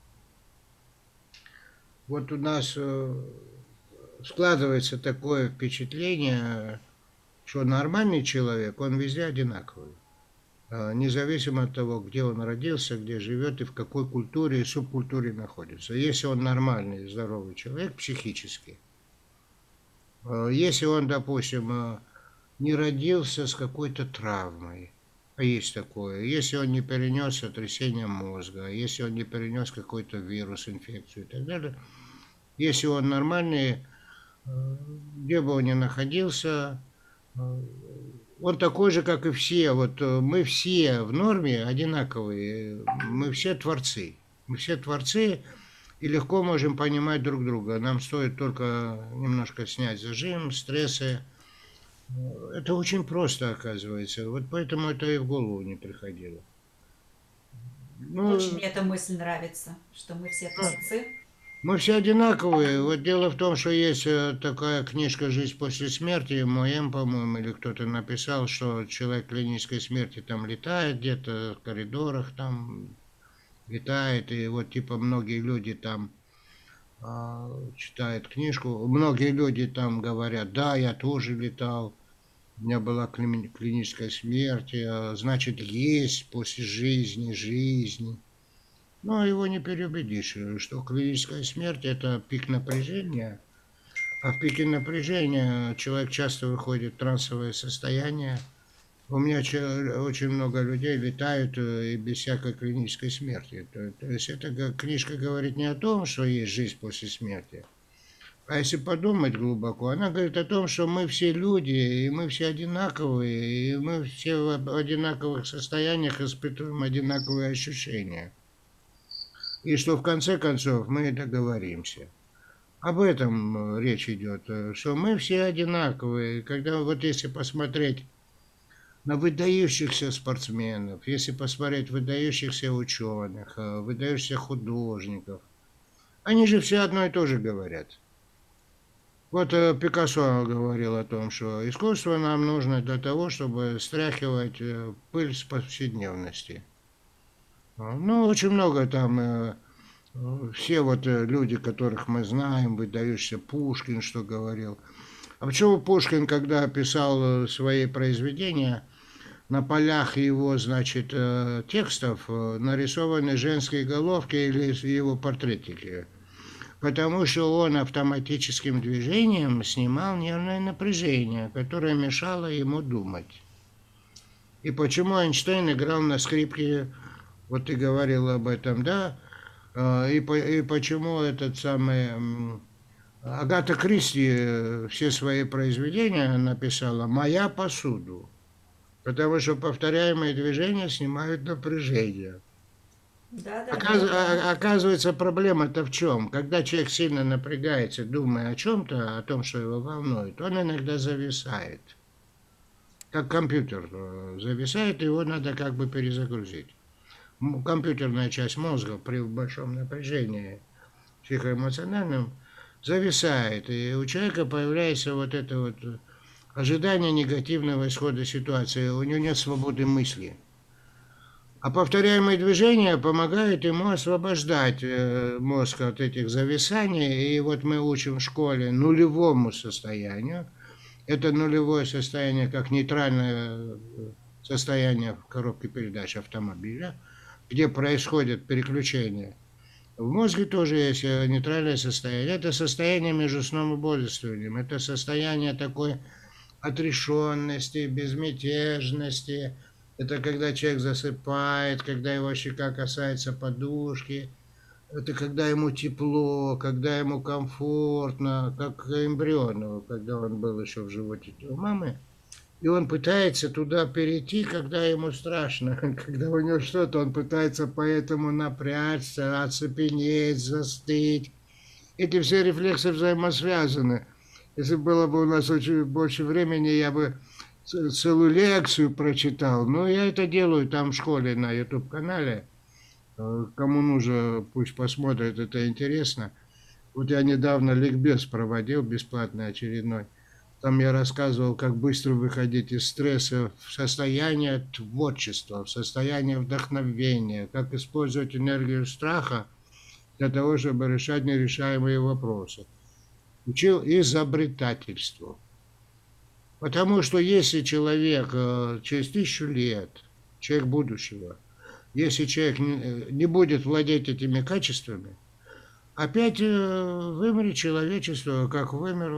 Вот у нас складывается такое впечатление, что нормальный человек, он везде одинаковый. Независимо от того, где он родился, где живет и в какой культуре и субкультуре находится. Если он нормальный, здоровый человек психически, если он, допустим, не родился с какой-то травмой, а есть такое, если он не перенес сотрясение мозга, если он не перенес какой-то вирус, инфекцию и так далее, если он нормальный, где бы он ни находился, он такой же, как и все. Вот мы все в норме одинаковые, мы все творцы. Мы все творцы и легко можем понимать друг друга. Нам стоит только немножко снять зажим, стрессы. Это очень просто, оказывается. Вот поэтому это и в голову не приходило. Очень Ну, мне эта мысль нравится, что мы все творцы. Мы все одинаковые. Вот дело в том, что есть такая книжка «Жизнь после смерти», Моэм, по-моему, или кто-то написал, что человек клинической смерти там летает где-то в коридорах, там летает, и вот типа многие люди там читают книжку, многие люди там говорят, да, я тоже летал, у меня была клиническая смерть, значит, есть после жизни жизнь. Но его не переубедишь, что клиническая смерть – это пик напряжения, а в пике напряжения человек часто выходит в трансовое состояние. У меня очень много людей летают и без всякой клинической смерти. То есть эта книжка говорит не о том, что есть жизнь после смерти, а если подумать глубоко, она говорит о том, что мы все люди, и мы все одинаковые, и мы все в одинаковых состояниях испытываем одинаковые ощущения. И что в конце концов мы договоримся. Об этом речь идет, что мы все одинаковые. Когда вот если посмотреть на выдающихся спортсменов, если посмотреть выдающихся ученых, выдающихся художников, они же все одно и то же говорят. Вот Пикассо говорил о том, что искусство нам нужно для того, чтобы стряхивать пыль с повседневности. Ну, очень много там, все вот люди, которых мы знаем, выдающийся Пушкин, что говорил. А почему Пушкин, когда писал свои произведения, на полях его, значит, текстов нарисованы женские головки или его портретики? Потому что он автоматическим движением снимал нервное напряжение, которое мешало ему думать. И почему Эйнштейн играл на скрипке, вот ты говорил об этом, да? И почему этот самый Агата Кристи все свои произведения написала «Моя посуду», потому что повторяемые движения снимают напряжение. Да, да, да. Оказывается, проблема-то в чем? Когда человек сильно напрягается, думая о чем-то, о том, что его волнует, он иногда зависает. Как компьютер зависает, его надо как бы перезагрузить. Компьютерная часть мозга при большом напряжении психоэмоциональном зависает, и у человека появляется вот это вот ожидание негативного исхода ситуации, у него нет свободы мысли. А повторяемые движения помогают ему освобождать мозг от этих зависаний. И вот мы учим в школе нулевому состоянию. Это нулевое состояние, как нейтральное состояние в коробке передач автомобиля, где происходит переключение. В мозге тоже есть нейтральное состояние. Это состояние между сном и бодрствованием. Это состояние такой отрешенности, безмятежности. Это когда человек засыпает, когда его щека касается подушки. Это когда ему тепло, когда ему комфортно, как эмбриону, когда он был еще в животе у мамы. И он пытается туда перейти, когда ему страшно, когда у него что-то, он пытается поэтому напрячься, оцепенеть, застыть. Эти все рефлексы взаимосвязаны. Если было бы у нас очень больше времени, я бы целую лекцию прочитал. Но я это делаю там в школе на YouTube-канале. Кому нужно, пусть посмотрит, это интересно. Вот я недавно ликбез проводил, бесплатный очередной. Там я рассказывал, как быстро выходить из стресса в состояние творчества, в состояние вдохновения, как использовать энергию страха для того, чтобы решать нерешаемые вопросы. Учил изобретательству. Потому что если человек через 1000 лет, человек будущего, если человек не будет владеть этими качествами, опять вымрет человечество, как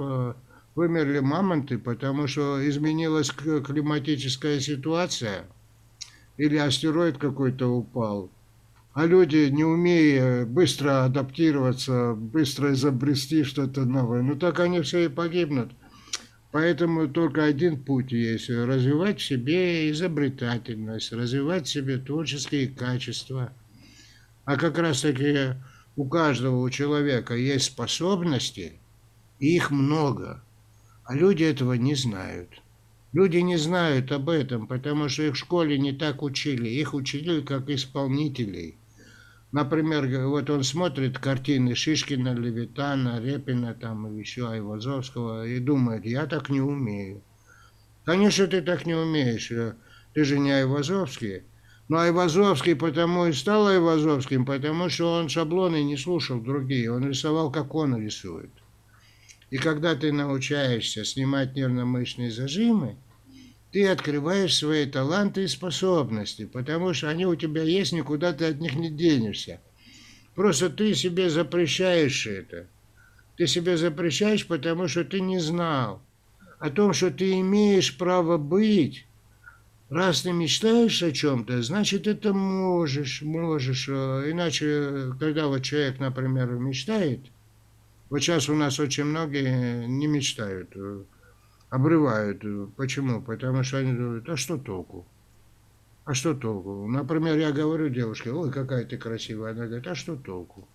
вымерли мамонты, потому что изменилась климатическая ситуация, или астероид какой-то упал, а люди, не умея быстро адаптироваться, быстро изобрести что-то новое, ну так они все и погибнут. Поэтому только один путь есть – развивать в себе изобретательность, развивать в себе творческие качества. А как раз-таки у каждого, у человека есть способности, и их много, а люди этого не знают. Люди не знают об этом, потому что их в школе не так учили, их учили как исполнителей. Например, вот он смотрит картины Шишкина, Левитана, Репина, там, и еще Айвазовского, и думает, я так не умею. Конечно, ты так не умеешь. Ты же не Айвазовский. Но Айвазовский потому и стал Айвазовским, потому что он шаблоны не слушал другие. Он рисовал, как он рисует. И когда ты научаешься снимать нервно-мышечные зажимы, ты открываешь свои таланты и способности, потому что они у тебя есть, никуда ты от них не денешься. Просто ты себе запрещаешь это. Ты себе запрещаешь, потому что ты не знал о том, что ты имеешь право быть. Раз ты мечтаешь о чем-то, значит, это можешь. Иначе, когда вот человек, например, мечтает, вот сейчас у нас очень многие не мечтают, обрывают. Почему? Потому что они думают, а что толку? А что толку? Например, я говорю девушке, ой, какая ты красивая. Она говорит, а что толку?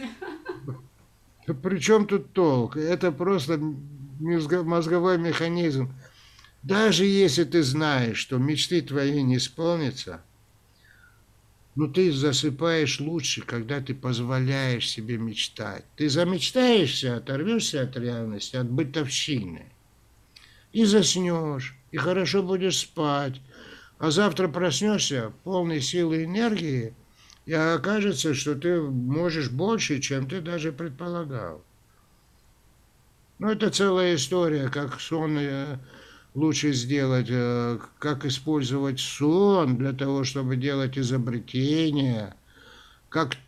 При чем тут толк? Это просто мозговой механизм. Даже если ты знаешь, что мечты твои не исполнятся, но ты засыпаешь лучше, когда ты позволяешь себе мечтать. Ты замечтаешься, оторвешься от реальности, от бытовщины. И заснешь, и хорошо будешь спать. А завтра проснешься полной силы и энергии, и окажется, что ты можешь больше, чем ты даже предполагал. Ну, это целая история, как сон лучше сделать, как использовать сон для того, чтобы делать изобретения. Как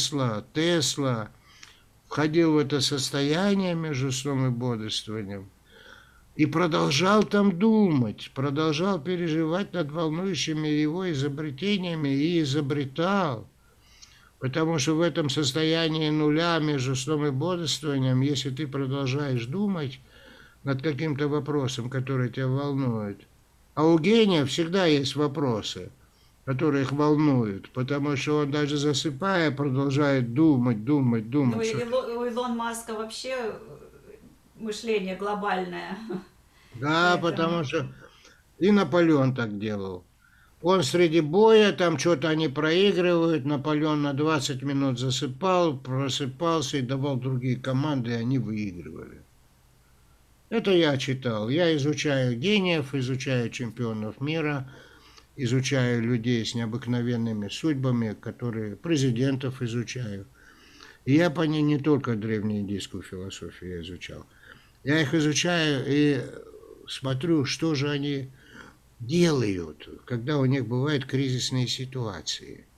Тесла входил в это состояние между сном и бодрствованием и продолжал там думать, продолжал переживать над волнующими его изобретениями и изобретал. Потому что в этом состоянии нуля между сном и бодрствованием, если ты продолжаешь думать над каким-то вопросом, который тебя волнует, а у гения всегда есть вопросы, которые их волнуют, потому что он даже засыпая продолжает Ну, думать, и что у Илон Маска вообще мышление глобальное. да, потому Поэтому что и Наполеон так делал. Он среди боя, там что-то они проигрывают, Наполеон на 20 минут засыпал, просыпался и давал другие команды, и они выигрывали. Это я читал. Я изучаю гениев, изучаю чемпионов мира, изучаю людей с необыкновенными судьбами, которые президентов изучаю. И я по ней не только древнеиндийскую философию я изучал. Я их изучаю и смотрю, что же они делают, когда у них бывают кризисные ситуации.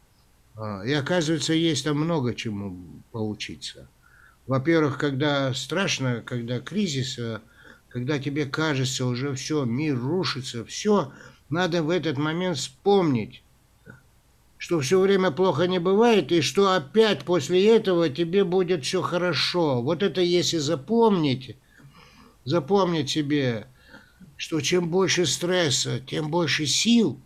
И оказывается, есть там много чему поучиться. Во-первых, когда страшно, когда кризис, когда тебе кажется уже все, мир рушится, все, надо в этот момент вспомнить, что все время плохо не бывает, и что опять после этого тебе будет все хорошо. Вот это если запомнить себе, что чем больше стресса, тем больше сил,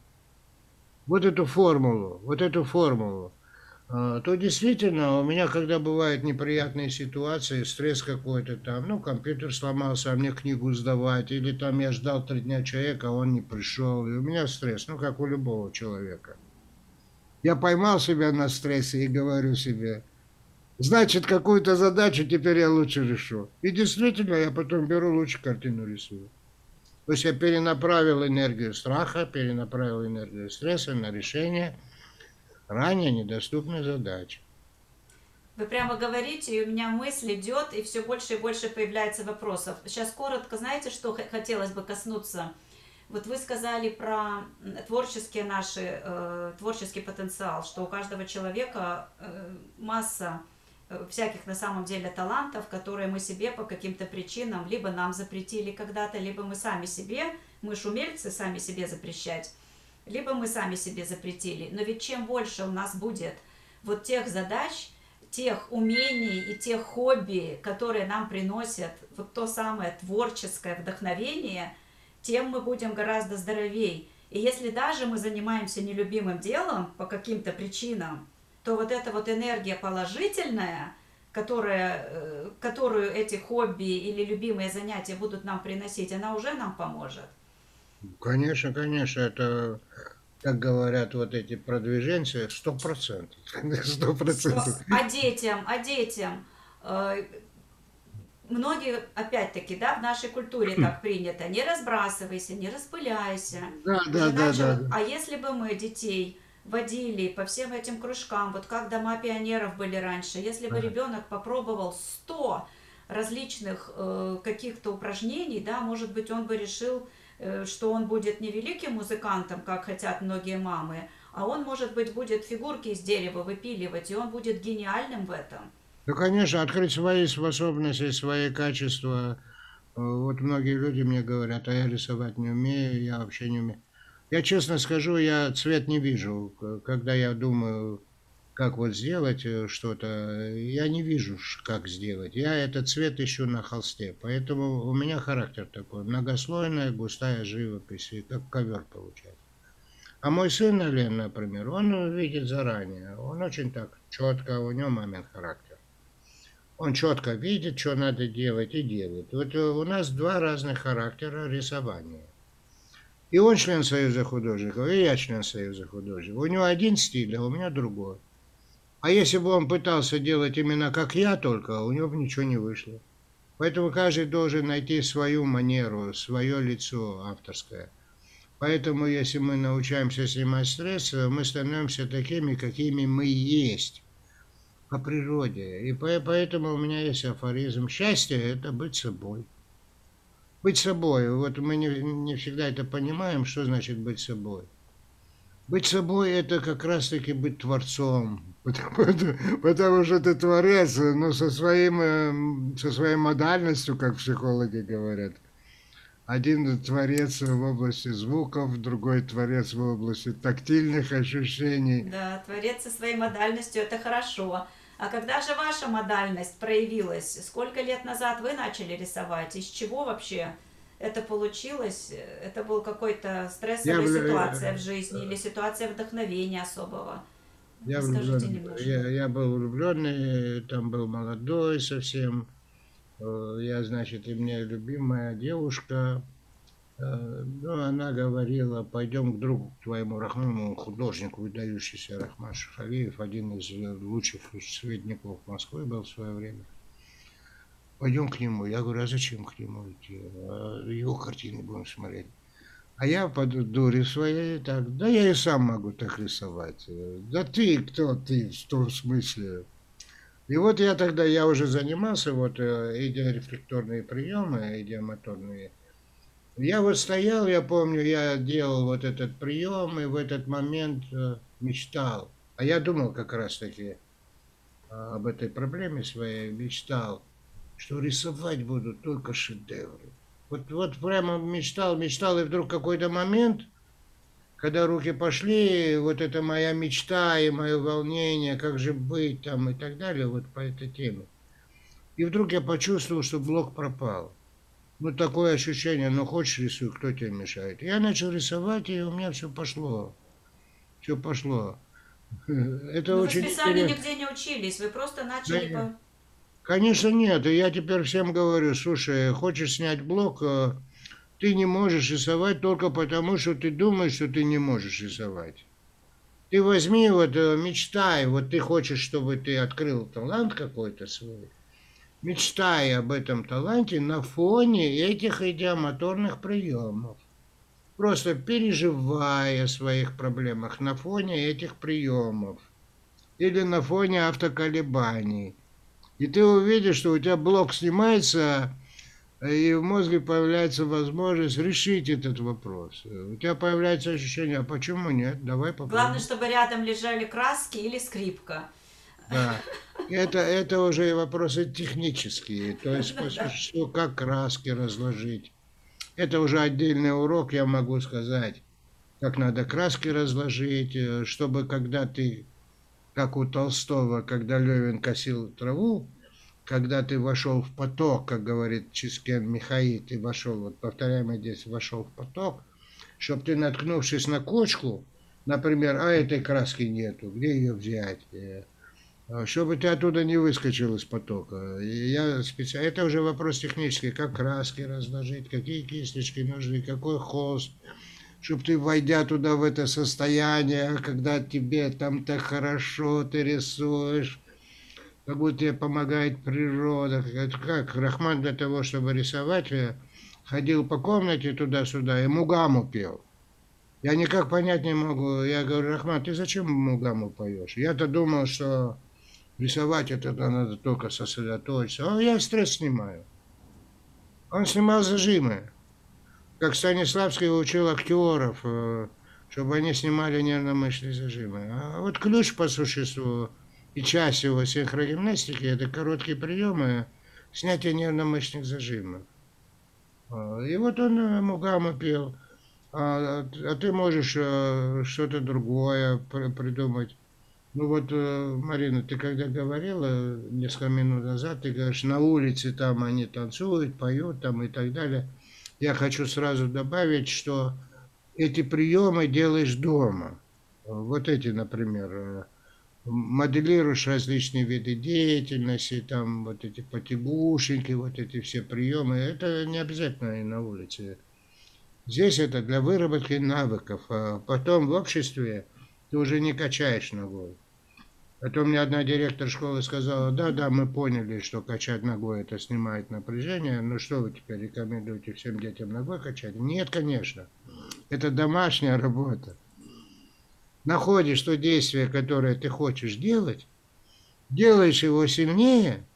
вот эту формулу, то действительно у меня, когда бывают неприятные ситуации, стресс какой-то там, ну, компьютер сломался, а мне книгу сдавать, или там я ждал 3 дня человека, а он не пришел, и у меня стресс, ну, как у любого человека. Я поймал себя на стрессе и говорю себе, значит, какую-то задачу теперь я лучше решу. И действительно, я потом беру лучше картину рисую. То есть я перенаправил энергию страха, перенаправил энергию стресса на решение ранее недоступной задачи. вы прямо говорите, и у меня мысль идет, и все больше и больше появляется вопросов. Сейчас коротко, знаете, что хотелось бы коснуться? Вот вы сказали про творческие наши, творческий потенциал, что у каждого человека масса всяких на самом деле талантов, которые мы себе по каким-то причинам либо нам запретили когда-то, либо мы сами себе, мы ж умельцы сами себе запрещать, либо мы сами себе запретили. Но ведь чем больше у нас будет вот тех задач, тех умений и тех хобби, которые нам приносят вот то самое творческое вдохновение, тем мы будем гораздо здоровей. И если даже мы занимаемся нелюбимым делом по каким-то причинам, то вот эта вот энергия положительная, которую эти хобби или любимые занятия будут нам приносить, она уже нам поможет. Конечно, конечно, как говорят вот эти продвиженцы, 100%. 100%. А детям, э, многие, опять-таки, да, в нашей культуре так принято, не разбрасывайся, не распыляйся. Да, да, Жена да, же вот, да. а если бы мы детей водили по всем этим кружкам, вот как дома пионеров были раньше, если бы Да. ребенок попробовал 100 различных каких-то упражнений, да, может быть, он бы решил, что он будет не великим музыкантом, как хотят многие мамы, а он, может быть, будет фигурки из дерева выпиливать, и он будет гениальным в этом. Ну, конечно, открыть свои способности, свои качества. Вот многие люди мне говорят, а я рисовать не умею, я вообще не умею. Я честно скажу, я цвет не вижу. Когда я думаю, как вот сделать что-то, я не вижу, как сделать. Я этот цвет ищу на холсте. Поэтому у меня характер такой. Многослойная, густая живопись, и как ковер получается. А мой сын, Лен, например, он видит заранее. Он очень так четко, у него момент характер. Он четко видит, что надо делать, и делает. Вот у нас два разных характера рисования. И он член Союза художников, и я член Союза художников. У него один стиль, а у меня другой. А если бы он пытался делать именно как я только, у него бы ничего не вышло. Поэтому каждый должен найти свою манеру, свое лицо авторское. Поэтому, если мы научаемся снимать стресс, мы становимся такими, какими мы есть по природе. И поэтому у меня есть афоризм. Счастье– это быть собой. Быть собой. Вот мы не всегда это понимаем, что значит быть собой. Быть собой– это как раз-таки быть творцом. Потому что ты творец, но со своей модальностью, как психологи говорят. Один творец в области звуков, другой творец в области тактильных ощущений. Да, творец со своей модальностью, это хорошо. А когда же ваша модальность проявилась? Сколько лет назад вы начали рисовать? Из чего вообще это получилось? Это был какой-то Я, стрессовая ситуация в жизни или ситуация вдохновения особого? я Расскажите влюблен, немножко. я был влюбленный, там был молодой совсем. Я, значит, и мне любимая девушка, ну, она говорила, пойдем к другу к твоему Рахману, художнику, выдающийся Рахман Шахалиев, один из лучших светников Москвы был в свое время. Пойдем к нему. Я говорю, а зачем к нему идти? Его картины будем смотреть. А я по дуре своей так, да я и сам могу так рисовать. Да ты, кто ты, в том смысле? И вот я тогда, я уже занимался, вот идеорефлекторные приемы, идеомоторные. Я вот стоял, я помню, я делал вот этот прием, и в этот момент мечтал. А я думал как раз-таки об этой проблеме своей, мечтал, что рисовать буду только шедевры. Вот прямо мечтал, мечтал, и вдруг какой-то момент, когда руки пошли, вот это моя мечта и мое волнение, как же быть там и так далее, вот по этой теме. И вдруг я почувствовал, что блок пропал. Ну, такое ощущение, ну, хочешь рисуй, кто тебе мешает. Я начал рисовать, и у меня все пошло. Все пошло. Это Но вы очень специально интересно. нигде не учились, вы просто Да, начали по... конечно, нет. И я теперь всем говорю, слушай, хочешь снять блок, ты не можешь рисовать только потому, что ты думаешь, что ты не можешь рисовать. Ты возьми, вот мечтай, вот ты хочешь, чтобы ты открыл талант какой-то свой. Мечтай об этом таланте на фоне этих идиомоторных приемов. Просто переживай о своих проблемах на фоне этих приемов. Или на фоне автоколебаний. И ты увидишь, что у тебя блок снимается, и в мозге появляется возможность решить этот вопрос. У тебя появляется ощущение, а почему нет? Давай Главное, попробуем. чтобы рядом лежали краски или скрипка. Да. Это уже вопросы технические, то есть по существу, как краски разложить. Это уже отдельный урок, я могу сказать, как надо краски разложить, чтобы когда ты, как у Толстого, когда Левин косил траву, когда ты вошел в поток, как говорит Чискен Михаил, ты вошел, вот повторяемое здесь, вошел в поток, чтобы ты, наткнувшись на кочку, например, а этой краски нету, где ее взять? Чтобы ты оттуда не выскочил из потока. Это уже вопрос технический, как краски разложить, какие кисточки нужны, какой холст, чтобы ты, войдя туда, в это состояние, когда тебе там так хорошо, ты рисуешь, как будто тебе помогает природа. Это как Рахман для того, чтобы рисовать, ходил по комнате туда-сюда и мугаму пел. Я никак понять не могу. Я говорю: Рахман, ты зачем мугаму поешь? Я-то думал, что рисовать это надо только сосредоточиться. А я стресс снимаю. Он снимал зажимы. Как Станиславский учил актеров, чтобы они снимали нервно-мышечные зажимы. А вот ключ по существу и часть его синхрогимнастики – это короткие приемы снятия нервно-мышечных зажимов. И вот он мугаму пел. А ты можешь что-то другое придумать. Ну вот, Марина, ты когда говорила несколько минут назад, ты говоришь, на улице там они танцуют, поют там и так далее. Я хочу сразу добавить, что эти приемы делаешь дома. Вот эти, например, моделируешь различные виды деятельности, там вот эти потягушеньки, вот эти все приемы. Это не обязательно и на улице. Здесь это для выработки навыков, а потом в обществе ты уже не качаешь ногой. А то мне одна директор школы сказала: да, мы поняли, что качать ногой это снимает напряжение, но что вы теперь рекомендуете всем детям ногой качать? Нет, конечно, это домашняя работа. Находишь то действие, которое ты хочешь делать, делаешь его сильнее,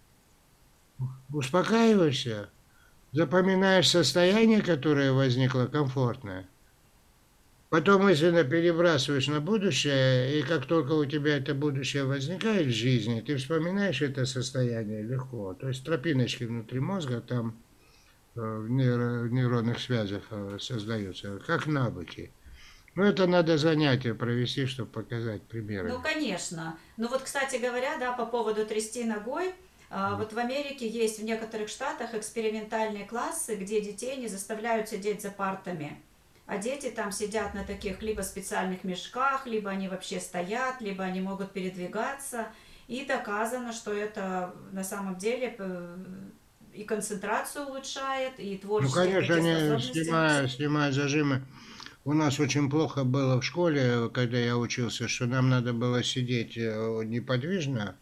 успокаиваешься, запоминаешь состояние, которое возникло комфортное, потом мысленно перебрасываешь на будущее, и как только у тебя это будущее возникает в жизни, ты вспоминаешь это состояние легко. То есть тропиночки внутри мозга там в нейронных связях создаются, как навыки. Но это надо занятие провести, чтобы показать Ну, примерами. конечно. Ну вот, кстати говоря, да, по поводу трясти ногой, вот в Америке есть в некоторых штатах экспериментальные классы, где детей не заставляют сидеть за партами. А дети там сидят на таких либо специальных мешках, либо они вообще стоят, либо они могут передвигаться. И доказано, что это на самом деле и концентрацию улучшает, и Ну, творческие конечно, такие они способности снимают, развивает. снимают зажимы. У нас очень плохо было в школе, когда я учился, что нам надо было сидеть неподвижно,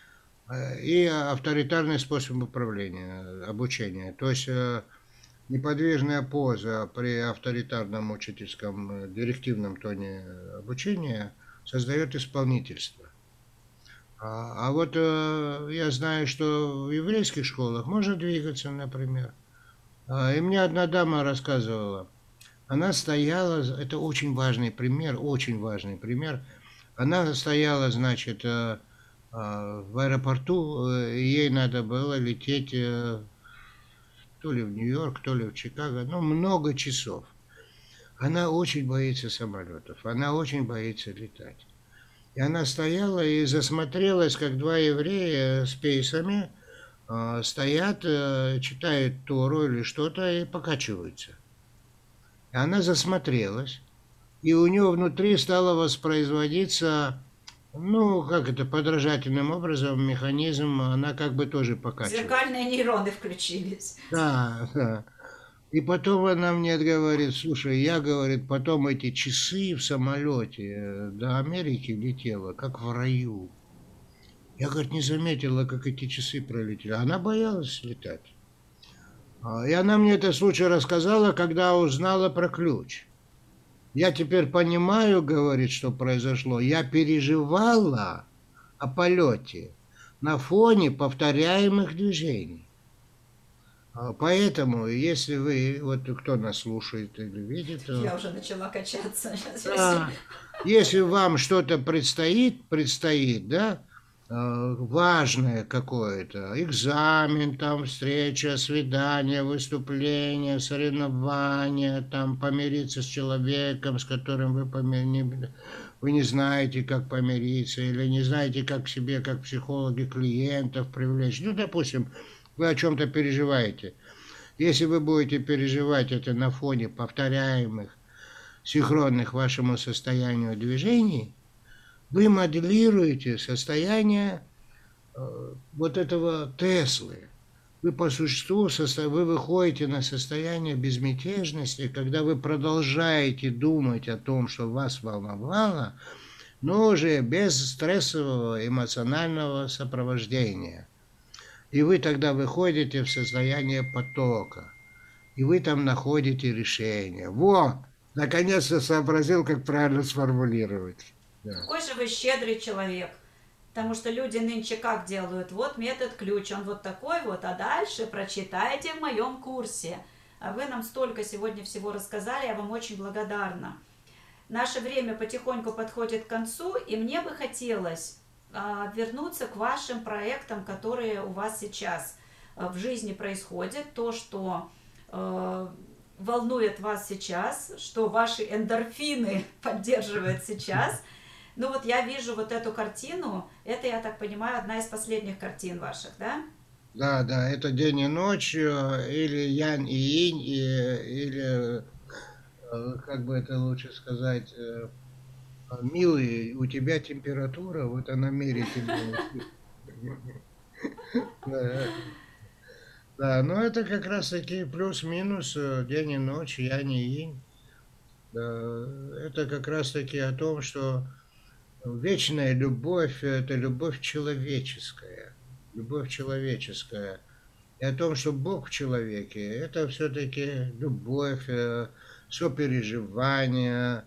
и авторитарный способ управления, обучения. То есть неподвижная поза при авторитарном учительском директивном тоне обучения создает исполнительство. А вот я знаю, что в еврейских школах можно двигаться, например. И мне одна дама рассказывала, она стояла, это очень важный пример. Она стояла, значит, в аэропорту, и ей надо было лететь то ли в Нью-Йорк, то ли в Чикаго, ну, много часов. Она очень боится самолетов, она очень боится летать. И она стояла и засмотрелась, как два еврея с пейсами стоят, читают Тору или что-то и покачиваются. И она засмотрелась, и у нее внутри стало воспроизводиться, ну, как это, подражательным образом механизм, она как бы тоже покачивается. Зеркальные нейроны включились. Да, да. И потом она мне говорит, слушай, я, говорит, потом эти часы в самолете до Америки летела, как в раю. Я, говорит, не заметила, как эти часы пролетели. Она боялась летать. И она мне этот случай рассказала, когда узнала про ключ. Я теперь понимаю, говорит, что произошло. Я переживала о полете на фоне повторяемых движений. Поэтому, если вы, вот кто нас слушает или видит, Я уже начала качаться. да, если вам что-то предстоит, да, важное какое-то, экзамен, там, встреча, свидание, выступление, соревнования, там, помириться с человеком, с которым вы не знаете, как помириться, или не знаете, как себе, как психологи, клиентов привлечь. Ну, допустим, вы о чем-то переживаете. Если вы будете переживать это на фоне повторяемых, синхронных вашему состоянию движений, вы моделируете состояние вот этого Теслы. вы по существу вы выходите на состояние безмятежности, когда вы продолжаете думать о том, что вас волновало, но уже без стрессового эмоционального сопровождения. И вы тогда выходите в состояние потока. И вы там находите решение. Во! Наконец-то сообразил, как правильно сформулировать. Да. Какой же вы щедрый человек. Потому что люди нынче как делают? Вот метод ключ, он вот такой вот, а дальше прочитайте в моем курсе. А вы нам столько сегодня всего рассказали, я вам очень благодарна. Наше время потихоньку подходит к концу, и мне бы хотелось вернуться к вашим проектам, которые у вас сейчас в жизни происходят, то, что волнует вас сейчас, что ваши эндорфины поддерживают сейчас. Ну вот я вижу вот эту картину, это, я так понимаю, одна из последних картин ваших, да? Да, да, это день и ночь, или янь и инь, или, как бы это лучше сказать, милый, у тебя температура, вот она мерит тебе. Да, да, но это как раз таки плюс-минус день и ночь, янь и инь. Да, это как раз таки о том, что вечная любовь – это любовь человеческая. Любовь человеческая. И о том, что Бог в человеке – это все-таки любовь, сопереживание,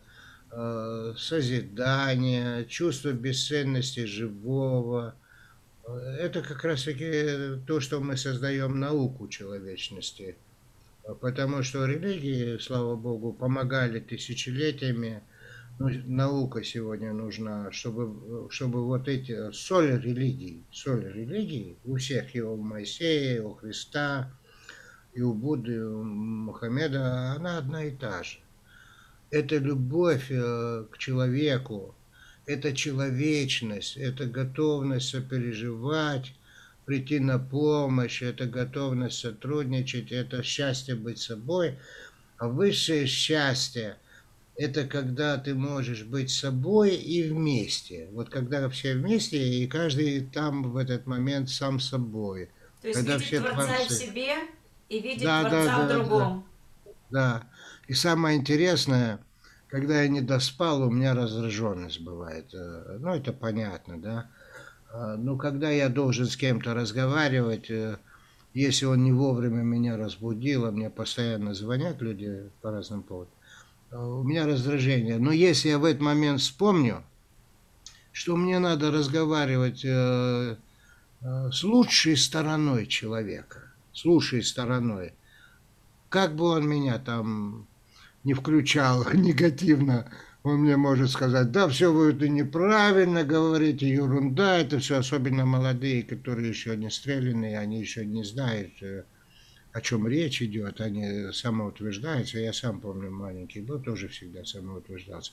созидание, чувство бесценности живого. Это как раз-таки то, что мы создаем науку человечности. Потому что религии, слава Богу, помогали тысячелетиями. Ну, наука сегодня нужна, чтобы вот эти соль религии у всех, и у Моисея, и у Христа, и у Будды, и у Мухаммеда, она одна и та же. Это любовь к человеку, это человечность, это готовность сопереживать, прийти на помощь, это готовность сотрудничать, это счастье быть собой. А высшее счастье – это когда ты можешь быть собой и вместе. Вот когда все вместе, и каждый там в этот момент сам собой. То есть Когда видеть все Творца и в творцы. себе, и видеть Да, да, Творца в да, да, другом. да. И самое интересное, когда я не доспал, у меня раздраженность бывает. Ну, это понятно, да. Но когда я должен с кем-то разговаривать, если он не вовремя меня разбудил, а мне постоянно звонят люди по разным поводам, у меня раздражение. Но если я в этот момент вспомню, что мне надо разговаривать с лучшей стороной человека, с лучшей стороной, как бы он меня там не включал негативно, он мне может сказать: да, все вы это неправильно говорите, ерунда, это все, особенно молодые, которые еще не стрелянные, они еще не знают, о чем речь идет, они самоутверждаются. Я сам помню, маленький был, тоже всегда самоутверждался.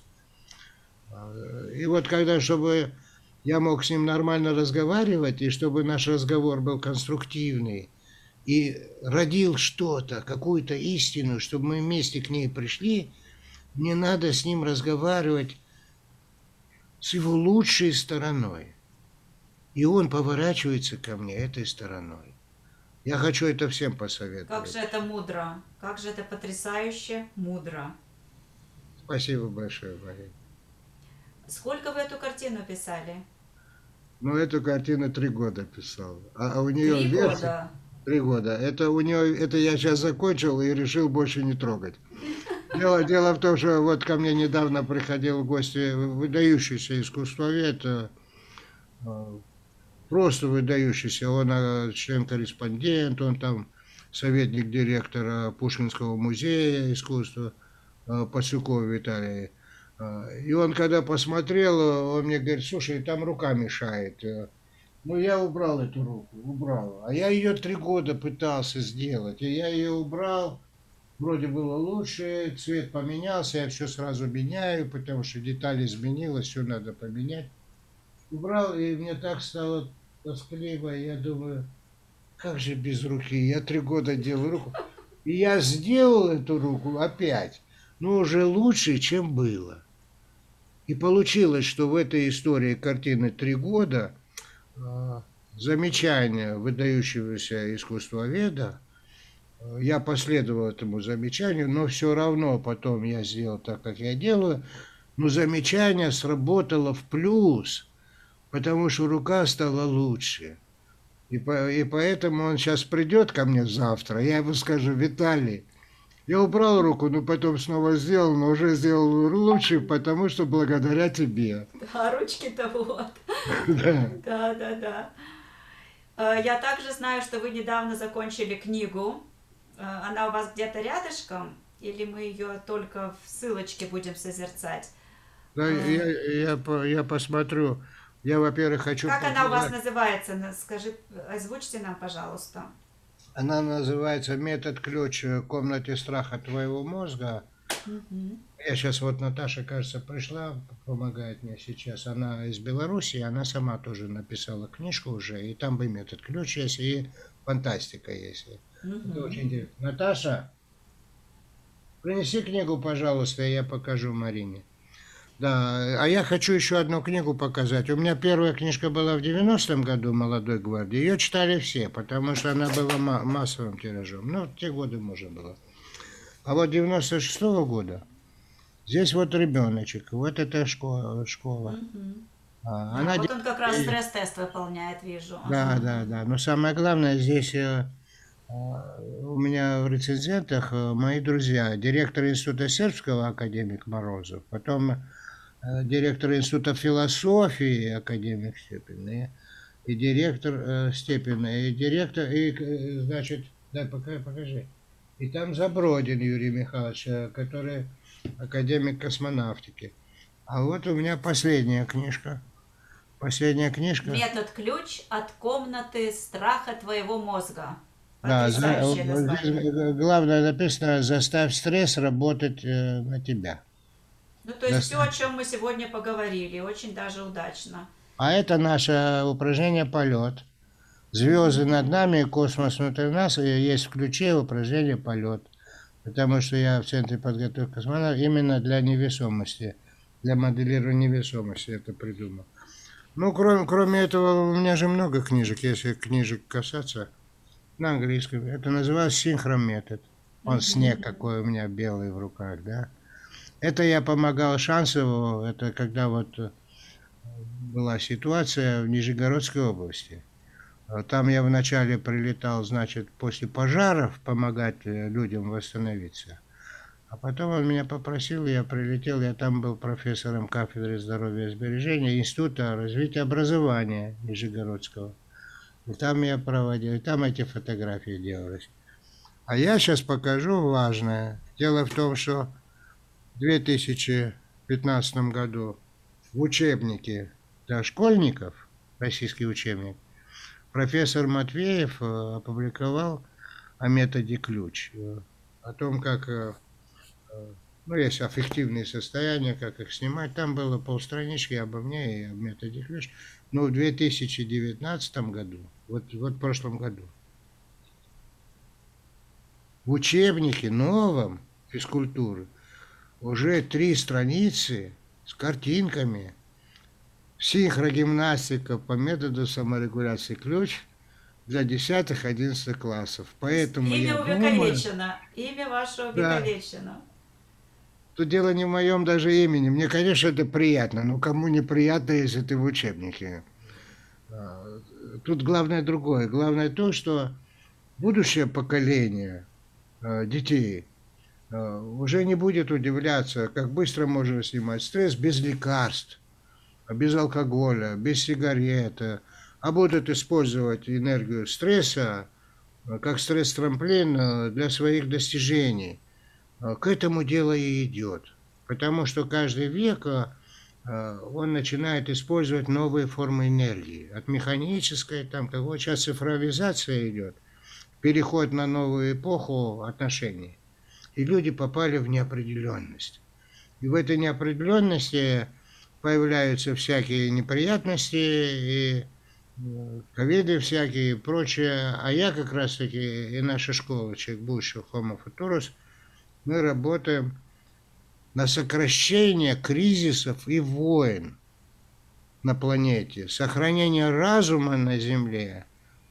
И вот когда, чтобы я мог с ним нормально разговаривать, и чтобы наш разговор был конструктивный, и родил что-то, какую-то истину, чтобы мы вместе к ней пришли, мне надо с ним разговаривать с его лучшей стороной. И он поворачивается ко мне этой стороной. Я хочу это всем посоветовать. Как же это мудро, как же это потрясающе мудро. Спасибо большое, Мария. Сколько вы эту картину писали? Ну, эту картину 3 года писал. А у нее 3 версия... года? 3 года. Это у нее, это я сейчас закончил и решил больше не трогать. Дело в том, что вот ко мне недавно приходил в гости выдающийся искусствовед, просто выдающийся. Он член-корреспондент, он там советник директора Пушкинского музея искусства Пасюкова Виталия. И он когда посмотрел, он мне говорит: слушай, там рука мешает. Ну, я убрал эту руку, убрал. А я ее 3 года пытался сделать. И я ее убрал. Вроде было лучше, цвет поменялся, я все сразу меняю, потому что деталь изменилась, все надо поменять. Убрал, и мне так стало тоскливо, я думаю, как же без руки, я 3 года делаю руку. И я сделал эту руку опять, но уже лучше, чем было. И получилось, что в этой истории картины 3 года замечание выдающегося искусствоведа. Я последовал этому замечанию, но все равно потом я сделал так, как я делаю. Но замечание сработало в плюс, потому что рука стала лучше. И поэтому он сейчас придет ко мне завтра, я ему скажу: Виталий, я убрал руку, но потом снова сделал, но уже сделал лучше, потому что благодаря тебе. Да, ручки-то вот. Да. Да, да, да. Я также знаю, что вы недавно закончили книгу. Она у вас где-то рядышком? Или мы ее только в ссылочке будем созерцать? Да, Э, я посмотрю. Я, во-первых, хочу Как она у вас показать. называется? Скажи, озвучьте нам, пожалуйста. Она называется «Метод ключ в комнате страха твоего мозга». Мгм. Я сейчас вот, Наташа, кажется, пришла, помогает мне сейчас. Она из Беларуси, она сама тоже написала книжку уже, и там бы метод ключ есть, и фантастика есть. Это Мгм. очень интересно. Наташа, принеси книгу, пожалуйста, и я покажу Марине. Да, а я хочу еще одну книгу показать. У меня первая книжка была в 90-м году «Молодой гвардии». Ее читали все, потому что она была массовым тиражом. Ну, в те годы можно было. А вот 96-го года здесь вот ребеночек, вот эта школа. Мгм. А, Она вот он как раз делает... стресс-тест выполняет, вижу. Да, Ага. да, да. Но самое главное, здесь у меня в рецензентах мои друзья. Директор института сербского академик Морозов, потом директор института философии академик Степин, и директор Степин, и директор, и, значит, да, покажи. И там Забродин Юрий Михайлович, который академик космонавтики. А вот у меня последняя книжка. Последняя книжка. Метод ключ от комнаты страха твоего мозга. Да, Потрясающее вот здесь название. главное написано: заставь стресс работать на тебя. Ну, то есть все, о Заставь. чем мы сегодня поговорили, очень даже удачно. А это наше упражнение полет. Звезды Мгм. над нами, космос внутри нас, и есть в ключе упражнение полет. Потому что я в Центре подготовки космонавтов именно для невесомости, для моделирования невесомости это придумал. Ну, кроме этого, у меня же много книжек, если книжек касаться, на английском. Это называется синхрометод. Он Мгм. снег какой у меня белый в руках, да. Это я помогал Шансову, это когда вот была ситуация в Нижегородской области. Там я вначале прилетал, значит, после пожаров помогать людям восстановиться. А потом он меня попросил, я прилетел, я там был профессором кафедры здоровья и сбережения Института развития образования Нижегородского. И там я проводил, и там эти фотографии делались. А я сейчас покажу важное. Дело в том, что в 2015 году в учебнике для школьников, российский учебник, профессор Матвеев опубликовал о методе ключ, о том, как, ну, есть аффективные состояния, как их снимать. Там было полстранички обо мне и о методе ключ. Но в 2019 году, вот в прошлом году, в учебнике новом физкультуры уже 3 страницы с картинками, синхрогимнастика по методу саморегуляции ключ для 10-11 классов. Поэтому я Имя думаю, увековечено. Имя ваше да, увековечено. тут дело не в моем даже имени. Мне, конечно, это приятно, но кому не приятно, если ты в учебнике? А, Тут главное другое. Главное то, что будущее поколение детей уже не будет удивляться, как быстро можно снимать стресс без лекарств, без алкоголя, без сигарет, а будут использовать энергию стресса как стресс-трамплин для своих достижений. К этому дело и идет. Потому что каждый век он начинает использовать новые формы энергии. От механической, там, как вот сейчас цифровизация идет, переход на новую эпоху отношений. И люди попали в неопределенность. И в этой неопределенности появляются всякие неприятности и ковиды всякие и прочее. А я как раз таки и наша школа «Человек будущего» Homo Futurus, мы работаем на сокращение кризисов и войн. на планете, сохранение разума на Земле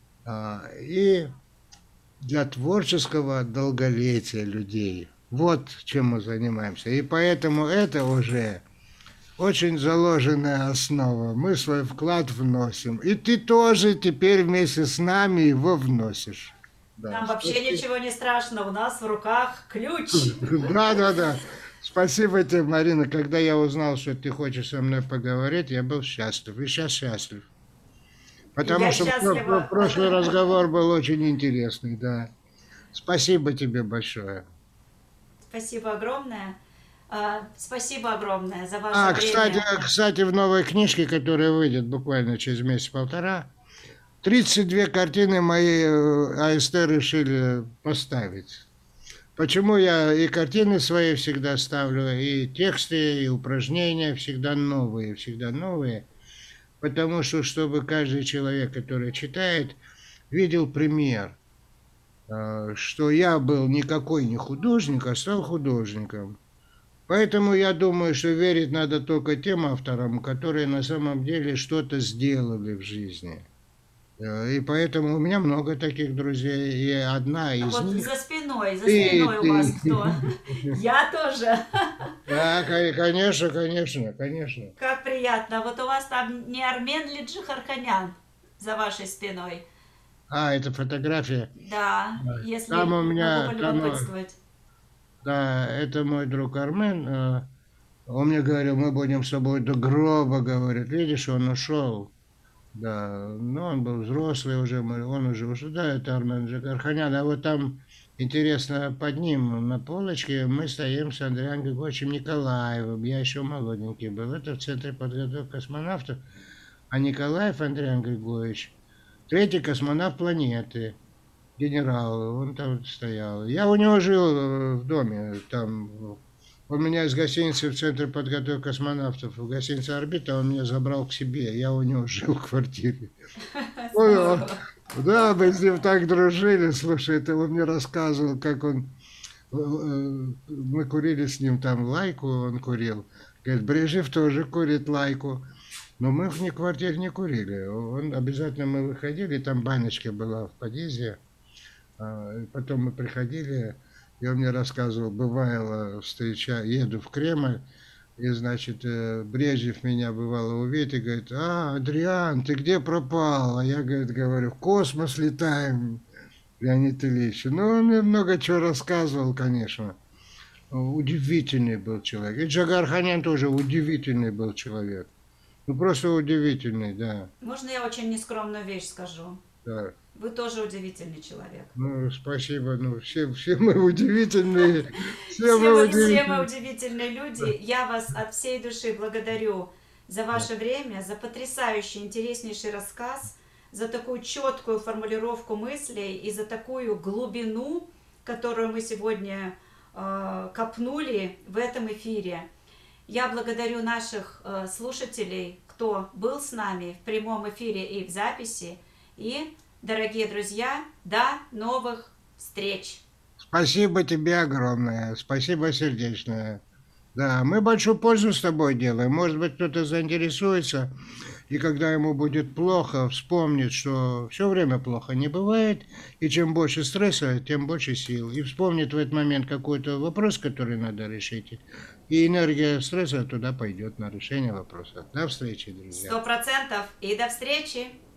и для творческого долголетия людей. Вот чем мы занимаемся. И поэтому это уже очень заложенная основа. Мы свой вклад вносим. И ты тоже теперь вместе с нами его вносишь. Да. Нам вообще ничего не страшно, у нас в руках ключ. Да. Спасибо тебе, Марина. Когда я узнал, что ты хочешь со мной поговорить, я был счастлив. И сейчас счастлив. Потому что прошлый разговор был очень интересный, да. Спасибо тебе большое. Спасибо огромное. Спасибо огромное за ваше время. Кстати, в новой книжке, которая выйдет буквально через месяц-полтора, 32 картины мои АСТ решили поставить. Почему я и картины свои всегда ставлю, и тексты, и упражнения всегда новые. Потому что, чтобы каждый человек, который читает, видел пример, что я был никакой не художник, а стал художником. Поэтому я думаю, что верить надо только тем авторам, которые на самом деле что-то сделали в жизни. И поэтому у меня много таких друзей, и одна из вот них... за спиной у вас кто? Я тоже. Да, конечно. Как приятно. Вот у вас там не Армен ли Джихарханян за вашей спиной? Это фотография. Да, если там у меня, могу полюбопытствовать. Да, это мой друг Армен. Он мне говорил, мы будем с тобой до гроба, говорит. Видишь, он ушел. Да, но он был взрослый уже, он уже ушел. Да, это Армен Джигарханян. А вот там, интересно, под ним на полочке мы стоим с Андреем Григорьевичем Николаевым. Я еще молоденький был. Это в Центре подготовки космонавтов. А Николаев Андрей Григорьевич, третий космонавт планеты, генерал, он там стоял. Я у него жил в доме, там... Он меня из гостиницы в Центре подготовки космонавтов, в гостинице «Орбита», он меня забрал к себе, я у него жил в квартире. Да, мы с ним так дружили, слушай, это он мне рассказывал, как он... Мы курили с ним там лайку, он курил. Говорит, Брежнев тоже курит лайку. Но мы в квартире не курили. Он, обязательно мы выходили, там баночка была в подъезде. Потом мы приходили... И он мне рассказывал, бывало, еду в Кремль, и, значит, Брежнев меня бывало увидит и говорит, Адриан, ты где пропал? А я, говорю, в космос летаем, Леонид Ильич. Ну, он мне много чего рассказывал, конечно. Удивительный был человек. И Джигарханян тоже удивительный был человек. Ну, просто удивительный, да. Можно я очень нескромную вещь скажу? Да. Вы тоже удивительный человек. Ну, спасибо. Ну, все мы удивительные. Все мы удивительные люди. Я вас от всей души благодарю за ваше время, за потрясающий, интереснейший рассказ, за такую четкую формулировку мыслей и за такую глубину, которую мы сегодня копнули в этом эфире. Я благодарю наших слушателей, кто был с нами в прямом эфире и в записи. И, дорогие друзья, до новых встреч. Спасибо тебе огромное. Спасибо сердечное. Да, мы большую пользу с тобой делаем. Может быть, кто-то заинтересуется, и когда ему будет плохо, вспомнит, что все время плохо не бывает, и чем больше стресса, тем больше сил. И вспомнит в этот момент какой-то вопрос, который надо решить. И энергия стресса туда пойдет на решение вопроса. До встречи, друзья. 100%. И до встречи.